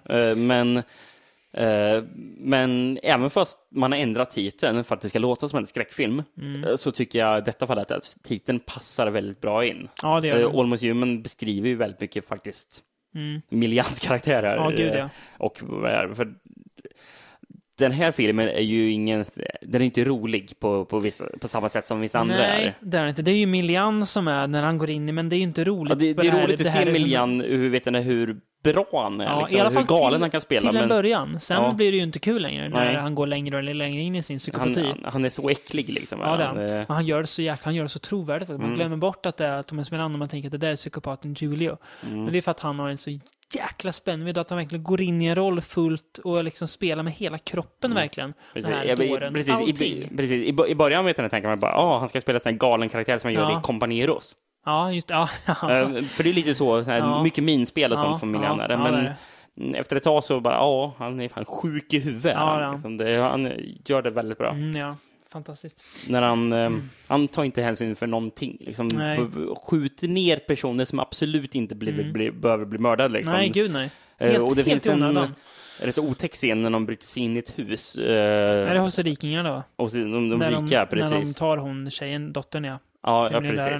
Men även fast man har ändrat titeln för att det ska låta som en skräckfilm, så tycker jag i detta fallet att titeln passar väldigt bra in. Ja, det gör det. Almost Human beskriver ju väldigt mycket faktiskt Milians karaktärer. Ja, gud ja. Och för den här filmen är ju den är inte rolig på samma sätt som vissa andra är. Nej, det är inte. Det är ju Milian som är när han går in i, men det är ju inte roligt. Ja, det är roligt att se Milian, hur bra han är, ja, liksom, i alla fall hur galen han kan spela. Till en början. Sen blir det ju inte kul längre när Nej. han går längre och längre in i sin psykopati. Han är så äcklig liksom. Ja, men han gör det så han gör det så trovärdigt att man glömmer bort att det är Thomas Milian och man tänker att det där är psykopaten Julio. Men det är för att han har en så jäkla spännvidd att han verkligen går in i en roll fullt och liksom spelar med hela kroppen verkligen. Precis. I början vet jag tänker man bara, han ska spela en galen karaktär som man gör i Companeros. Ja, just det. För det är lite så här, mycket minspel och sånt från miljonärer. Men efter ett tag så bara, han är fan sjuk i huvudet. Han gör det väldigt bra. Fantastiskt. När han tar inte hänsyn för någonting. Liksom, skjuter ner personer som absolut inte behöver bli mördade. Liksom. Nej, gud nej. Och det finns är det så otäck scen när de bryter sig in i ett hus? Är det hos rikingar då? Hos de rika, precis. När de tar dottern, Ja, precis.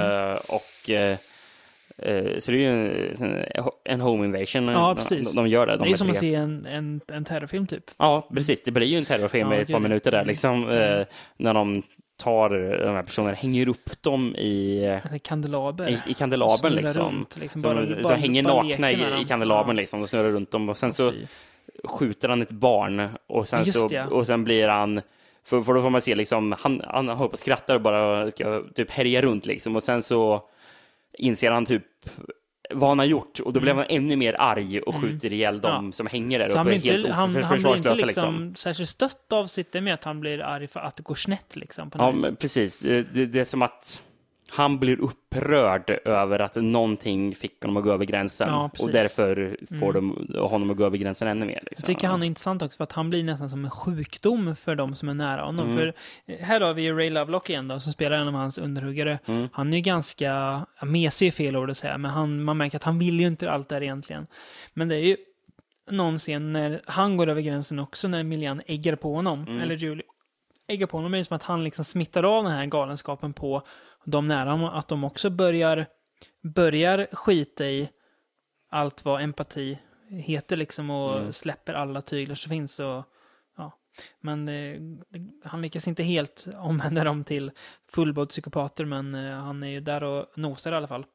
Så det är ju en home invasion. Ja, precis. De gör det. Det är som att se en terrorfilm typ. Ja, precis. Det blir ju en terrorfilm i ett par minuter där. Liksom, när de tar de här personerna, hänger upp dem i kandelabern liksom. Så hänger nakna i kandelabern liksom, och snurrar runt dem. Och sen så skjuter han ett barn. Och sen, och sen blir han... För då får man se liksom, han håller på och skrattar och bara ska typ härja runt liksom. Och sen så inser han typ vad han har gjort. Och då blev han ännu mer arg och skjuter ihjäl dem som hänger där. Så uppe. Han blir inte liksom särskilt stött av sitt med att han blir arg för att det går snett liksom. På men precis. Det är som att han blir upprörd över att någonting fick honom att gå över gränsen. Och därför får de honom att gå över gränsen ännu mer. Liksom. Jag tycker han är intressant också för att han blir nästan som en sjukdom för de som är nära honom. För här har vi ju Ray Lovelock igen då, som spelar en av hans underhuggare. Han är ju ganska mesig, fel ord att säga, men man märker att han vill ju inte allt där egentligen. Men det är ju någon scen när han går över gränsen också, när Milian äggar på honom, eller Julie äggar på honom, är det som att han liksom smittar av den här galenskapen på de nära honom, att de också börjar skita i allt vad empati heter liksom, och släpper alla tyglar som finns. Och, men han lyckas inte helt omvända dem till fullblods psykopater, men han är ju där och nosar i alla fall.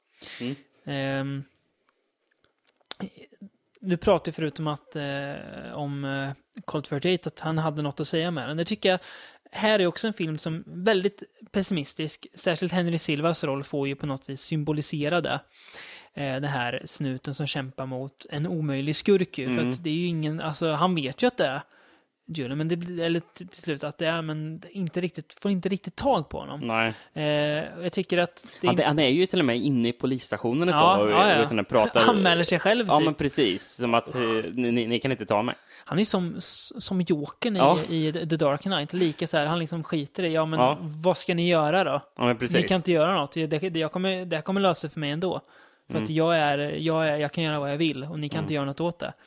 Du pratade förut om Colt 48, att han hade något att säga med den. Det tycker jag här är också en film som väldigt pessimistisk. Särskilt Henry Silvas roll får ju på något vis symbolisera det här snuten som kämpar mot en omöjlig skurk. För att det är ju ingen, alltså han vet ju att det är Julian, men det blir, eller till slut att det är, men får inte riktigt tag på honom. Nej. Jag tycker att han är ju till och med inne i polisstationen ett tag och pratar. Han mäler sig själv typ. Ja, men precis, som att ni kan inte ta mig. Han är som Jokern i The Dark Knight, lika så här, han liksom skiter i, vad ska ni göra då? Ja, men precis. Ni kan inte göra något. Det kommer lösa för mig ändå. För att jag kan göra vad jag vill och ni kan inte göra något åt det.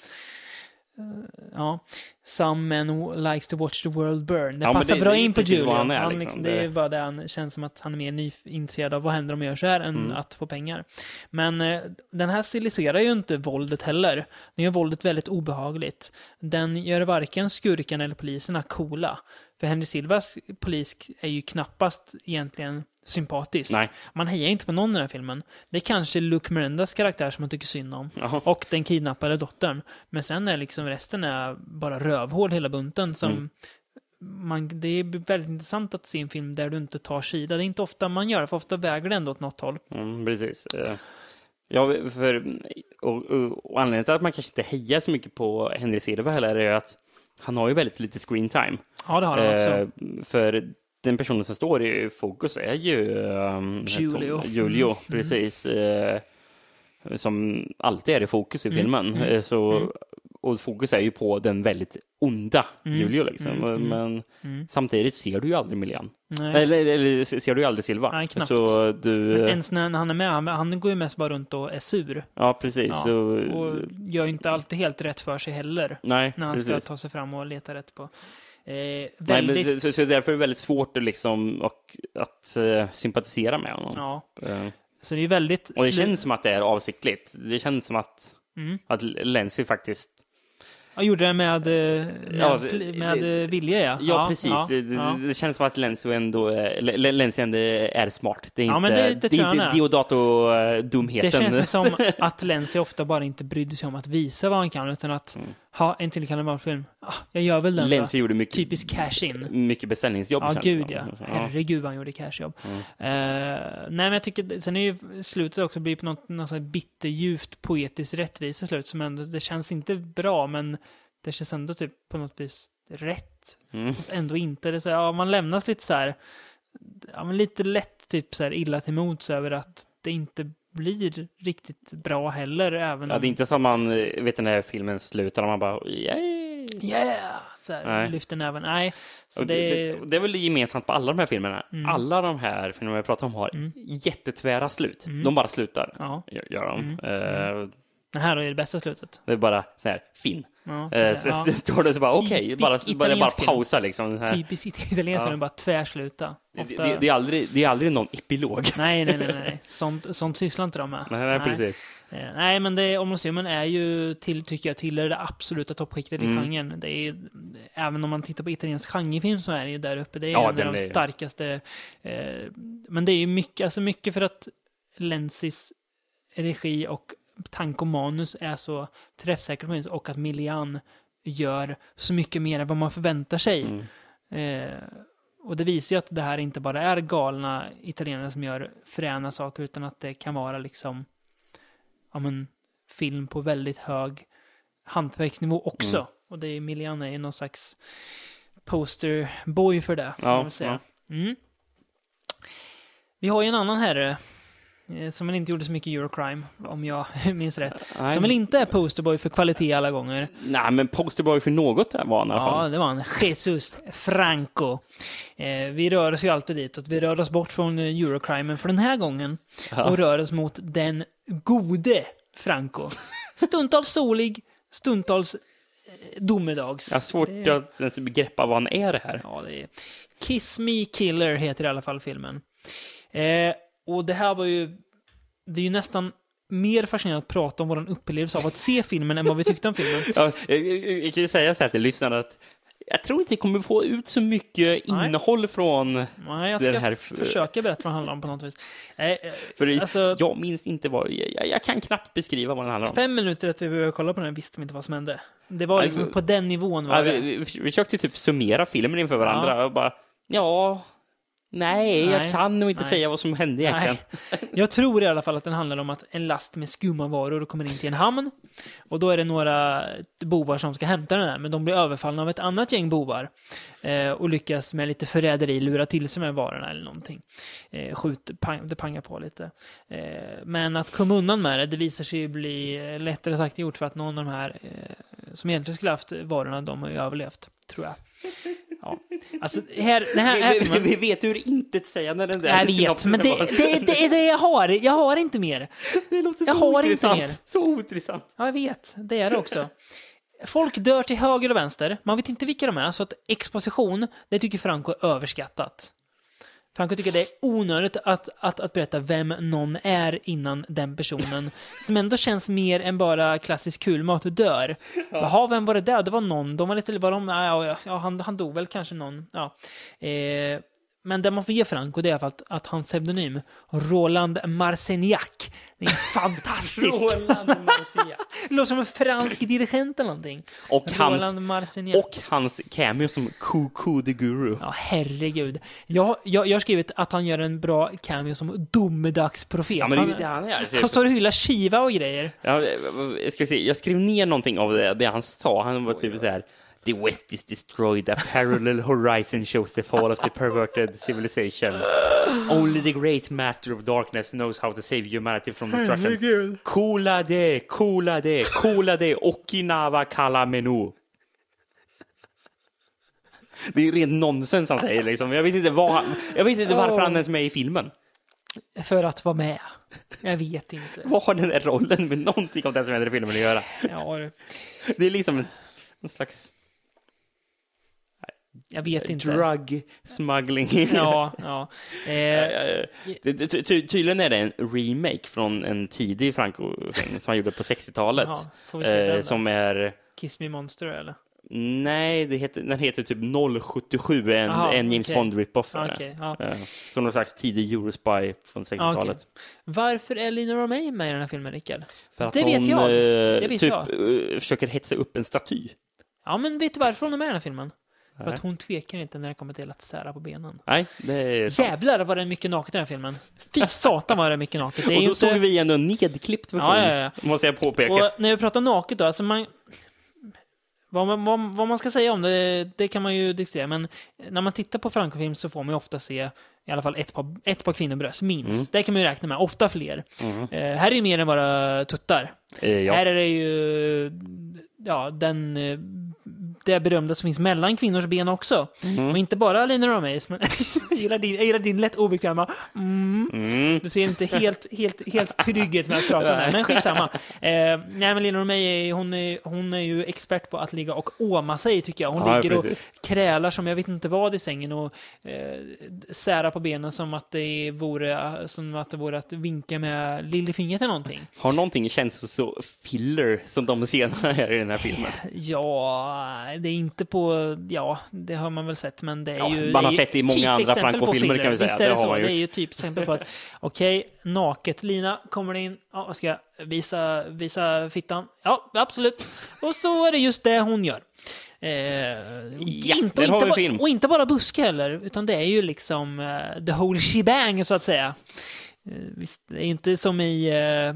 Some men likes to watch the world burn. Det passar bra in på Julian. Det är bara det, han känns som att han är mer intresserad av vad händer om jag gör så här än att få pengar. Men den här stiliserar ju inte våldet heller. Den gör våldet väldigt obehagligt. Den gör varken skurken eller poliserna coola. För Henry Silvas polis är ju knappast egentligen sympatisk. Nej. Man hejar inte på någon i den här filmen. Det är kanske Luke Mirandas karaktär som man tycker synd om. Och den kidnappade dottern. Men sen är liksom resten är bara rövhål hela bunten. Som det är väldigt intressant att se en film där du inte tar sida. Det är inte ofta man gör det, för ofta väger det ändå åt något håll. Precis. Ja, och anledningen till att man kanske inte hejar så mycket på Henry Silva heller är att han har ju väldigt lite screen time. Ja, det har han också. För den personen som står i fokus är ju Julio, precis. Som alltid är i fokus i filmen. Och fokus är ju på den väldigt onda Julio liksom. Men samtidigt ser du ju aldrig Milian. Eller ser du ju aldrig Silva. Nej, knappt. Så men ens när han är med, han går ju mest bara runt och är sur. Ja, precis. Och gör ju inte alltid helt rätt för sig heller. Nej, när han precis. ska ta sig fram och leta rätt på. Väldigt... Nej, så därför är det väldigt svårt att sympatisera med honom. Ja. Så det är väldigt... Och det känns som att det är avsiktligt. Det känns som att Lenzi faktiskt Jag gjorde det med vilja, ja. Ja, precis. Det känns som att Lenzi ändå är smart. Det är inte, det är inte Diodato-dumheten. Det känns som att Lenzi ofta bara inte brydde sig om att visa vad han kan, utan att ha en till kannibalfilm. Jag gör väl den. Lenzi gjorde mycket, typisk cash-in. Mycket beställningsjobb. Ja, gud ja. Herregud vad han gjorde cashjobb. Nej, men jag tycker, sen är ju slutet också blir på något så här bitterljuvt poetiskt rättvisa slut som ändå, det känns inte bra, men det känns ändå typ på något vis rätt. Fast ändå inte. Det är så här, man lämnas lite så här, men lite lätt typ så här illa till mods över att det inte blir riktigt bra heller. Även det är inte som man vet den här filmen slutar och man bara så här, lyfter näven. Nej. Så det är väl gemensamt på alla de här filmerna. Alla de här filmerna jag pratar om har jättetvära slut. De bara slutar. Gör de. Det här är det bästa slutet. Det är bara så här, fin. Står det så bara okej, bara pausa liksom. Typiskt italienskt, bara tvärsluta. Det är aldrig någon epilog. Nej. Sånt sysslar inte de med. Nej, precis. Nej, men Omlossymen är ju tycker jag till det absoluta toppskiktet i genren. Det är, även om man tittar på italiensk genrefilm så är det ju där uppe. Det är en av de starkaste. Men det är ju mycket för att Lenzis regi och tanke och manus är så träffsäkert, och att Milian gör så mycket mer än vad man förväntar sig. Och det visar ju att det här inte bara är galna italienare som gör fräna saker, utan att det kan vara liksom film på väldigt hög hantverksnivå också. Och det är Milian är någon slags posterboy för det, får man väl säga. Vi har ju en annan herre som väl inte gjorde så mycket Eurocrime, om jag minns rätt. Nej. Som väl inte är posterboy för kvalitet alla gånger. Nej, men posterboy för något där var han i alla fall. Ja, det var han. Jesus Franco. Vi rör oss ju alltid dit, och vi rör oss bort från Eurocrimen för den här gången. Och rör oss mot den gode Franco. Stundtals solig, stundtals domedags. Jag har svårt att ens begreppa vad han är det här. Ja, det är Kiss Me Killer heter i alla fall filmen. Och det här det är ju nästan mer fascinerande att prata om vår upplevelse av att se filmen än vad vi tyckte om filmen. Ja, jag kan ju säga så här till lyssnarna att jag tror inte jag kommer få ut så mycket innehåll från den här... Jag ska försöka berätta vad den handlar om på något vis. För jag minns inte vad... Jag kan knappt beskriva vad den handlar om. 5 minuter att vi behöver kolla på den visste vi inte vad som hände. Det var liksom på den nivån. Vi försökte typ summera filmen inför varandra och bara... Nej, jag kan nog inte säga vad som hände egentligen. Jag tror i alla fall att den handlar om att en last med skumma varor kommer in till en hamn. Och då är det några bovar som ska hämta den där. Men de blir överfallna av ett annat gäng bovar. Och lyckas med lite förräderi lura till sig med varorna eller någonting. Det pangar på lite. Men att komma undan med det visar sig ju bli lättare sagt gjort, för att någon av de här som egentligen skulle haft varorna, de har ju överlevt, tror jag. Ja. Alltså, vi vet hur inte säga när den där. Jag vet, men det är det jag har. Jag har inte mer. Det låter så ointressant. Så ointressant. Ja, jag vet. Det är det också. Folk dör till höger och vänster. Man vet inte vilka de är. Så att exposition, det tycker Franco är överskattat. Franco tycker det är onödigt att berätta vem någon är innan den personen, som ändå känns mer än bara klassisk kulmat och dör. Jaha, vem var det där? Det var någon. De var lite, han dog väl kanske någon. Ja. Men det man får ge Franco, det är i alla fall att hans pseudonym Roland Marcignac, det är fantastisk. Roland Marcignac. Det låter som en fransk dirigent eller någonting. Och hans cameo som Cuckoo the Guru. Ja, herregud. Jag har skrivit att han gör en bra cameo som domedagsprofet. Ja, men det han gör. Han står och hyllar Shiva och grejer. Ja, jag skrev ner någonting av det han sa. Han var typ så här: The West is destroyed, a parallel horizon shows the fall of the perverted civilization. Only the great master of darkness knows how to save humanity from destruction. Kola de, Okinawa Kalamenu. Det är rent nonsens han säger liksom. Jag vet inte varför han ens är med i filmen. För att vara med. Jag vet inte. Vad har den där rollen med någonting av det som händer i filmen att göra? Ja, det är liksom en slags... Jag vet inte. Drug smuggling. Ja. Tydligen är det en remake från en tidig Franco-film som han gjorde på 60-talet. Ja, får vi se den som är Kiss Me Monster, eller? Nej, den heter typ 077, en James Bond rip-off. Som någon slags tidig Eurospy från 60-talet. Varför är Lina Romay med i den här filmen, Rickard? För att det vet jag. Det vet jag. Försöker hetsa upp en staty. Ja, men vet du varför hon är med i den här filmen? För att hon tvekar inte när det kommer till att sära på benen. Nej, det är sant. Jävlar var det mycket naket i den här filmen. Fy satan var det mycket naket. Det är och då inte... såg vi ändå en nedklippt version. Ja. Måste jag påpeka. Och när vi pratar naket då, alltså vad man ska säga om det kan man ju diskutera. Men när man tittar på Franco-film så får man ju ofta se i alla fall ett par kvinnobröst, minst. Det kan man ju räkna med, ofta fler. Här är ju mer än bara tuttar. Här är det ju det berömda som finns mellan kvinnors ben också. Och inte bara Lina Romay, men jag gillar din lätt obekväma. Du ser inte helt trygghet med att prata om det, men skitsamma. Nej, men Lina Romay hon är ju expert på att ligga och åma sig, tycker jag. Hon ligger och krälar som jag vet inte vad i sängen och sära på benen som att det vore att vinka med lillefingret eller någonting. Har någonting känns så filler som de scenerna här i den här filmen? Ja, det är inte på... Ja, det har man väl sett, men det är ju... Man har sett det i många andra Franco-filmer, kan vi säga. Visst är det så. Det är ju typ exempel på att naket. Lina kommer in. Ja, vad ska jag visa fittan? Ja, absolut. Och så är det just det hon gör. Och inte bara buske heller, utan det är ju liksom the whole shebang, så att säga. Visst, det är inte som i...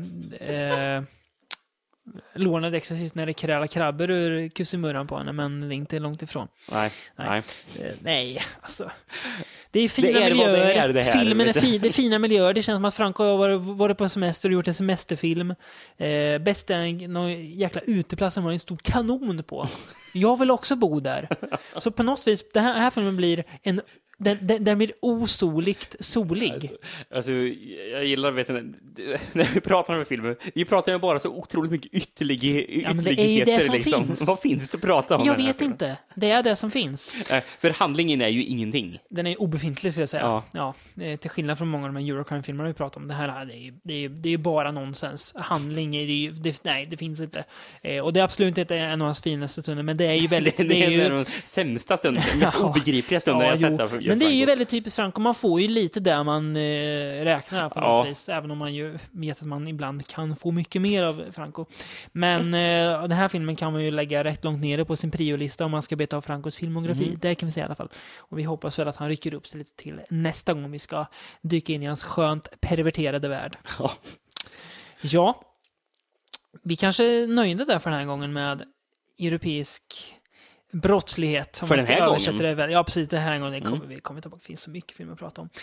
lånade exorcist när det krälar krabbor ur kussimurran på henne, men det är inte långt ifrån. Nej, alltså. Det är fina miljöer. Det här, filmen är det är fina miljöer. Det känns som att Franco har varit på semester och gjort en semesterfilm. Bäst är någon jäkla uteplats som har en stor kanon på. Jag vill också bo där. Så på något vis, den här filmen blir den blir osoligt solig. Alltså, jag gillar, när vi pratar om filmen, vi pratar ju bara så otroligt mycket ytterligheter liksom. Finns. Vad finns det att prata om? Jag vet inte. Det är det som finns. För handlingen är ju ingenting. Den är obefintlig, ska jag säga. Ja, till skillnad från många av de här Eurocrime-filmerna vi pratar om. Det här det är ju bara nonsens. Handling det finns inte. Och det är absolut inte en av hans finaste stunder, men det är ju väldigt... det är ju de sämsta stunder, mest obegripliga stunder jag sett av. Men det är ju väldigt typiskt Franco. Man får ju lite där man räknar på något vis. Även om man ju vet att man ibland kan få mycket mer av Franco. Men den här filmen kan man ju lägga rätt långt nere på sin priolista om man ska beta av Francos filmografi. Det kan vi säga i alla fall. Och vi hoppas väl att han rycker upp sig lite till nästa gång vi ska dyka in i hans skönt perverterade värld. Ja. Vi kanske nöjde där för den här gången med europeisk brottslighet. För den här gången? Det, ja, precis, den här gången vi kommer tillbaka. Det finns så mycket filmer att prata om.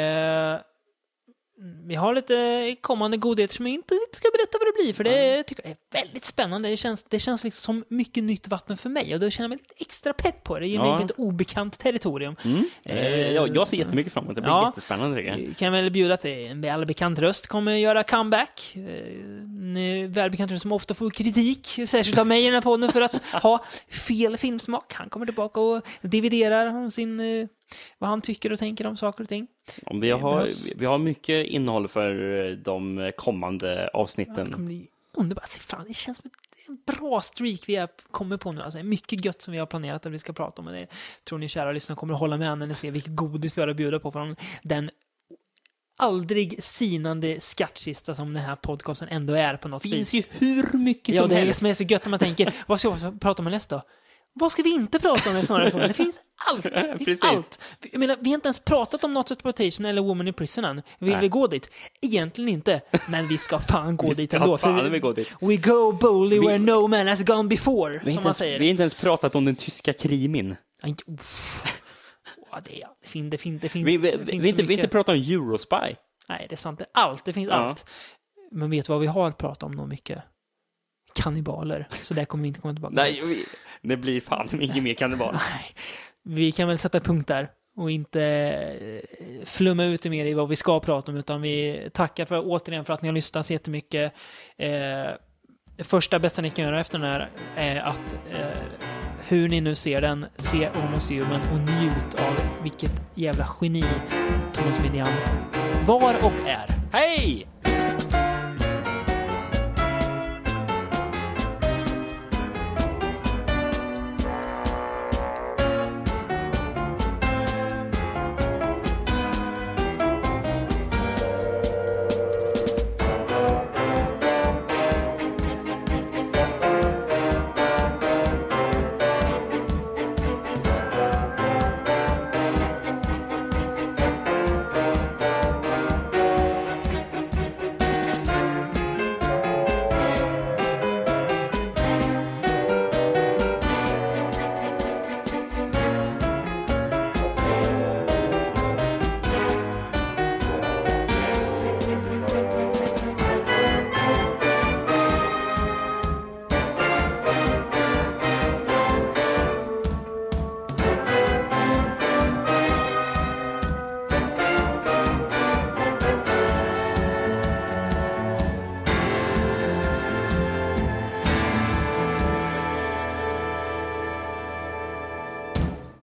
Vi har lite kommande godheter som jag inte ska berätta vad det blir, för det tycker jag är väldigt spännande. Det känns liksom som mycket nytt vatten för mig, och då känner jag mig lite extra pepp på det. Det ger mig ett obekant territorium. Jag ser jättemycket fram emot det. Det blir jättespännande. Jag kan väl bjuda att en välbekant röst kommer göra comeback. En välbekant röst som ofta får kritik, särskilt av mig i den här podden, för att ha fel filmsmak. Han kommer tillbaka och dividerar sin... vad han tycker och tänker om saker och ting. Vi har mycket innehåll för de kommande avsnitten. Det kommer bli underbart. Det känns som en bra streak vi kommer på nu. Alltså, mycket gött som vi har planerat att vi ska prata om. Men det tror ni kära lyssnare kommer att hålla med när ni ser vilket godis vi har att bjuda på från den aldrig sinande skattkista som den här podcasten ändå är på något vis. Det finns ju hur mycket som helst. Ja, det är som är så gött när man tänker, vad ska vi prata om nästa då? Vad ska vi inte prata om det snarare? Det finns allt. Det finns allt. Jag menar, vi har inte ens pratat om Not Exploitation eller Woman in Prison än. Vill vi gå dit? Egentligen inte. Men vi ska fan gå dit ändå. We go boldly where no man has gone before, som man säger. Vi har inte ens pratat om den tyska krimin. Det finns vi inte pratat om Eurospy. Nej, det är sant. Det finns allt. Men vet du vad vi har att prata om då mycket? Kannibaler. Så där kommer vi inte komma tillbaka. Nej, det blir fan inget mer kannibaler. Nej. Vi kan väl sätta punkt där och inte flumma ut mer i vad vi ska prata om, utan vi tackar återigen för att ni har lyssnat så jättemycket. Det första bästa ni kan göra efter den här är att hur ni nu ser den, se Almost Human och njut av vilket jävla geni Thomas Milian var och är. Hej!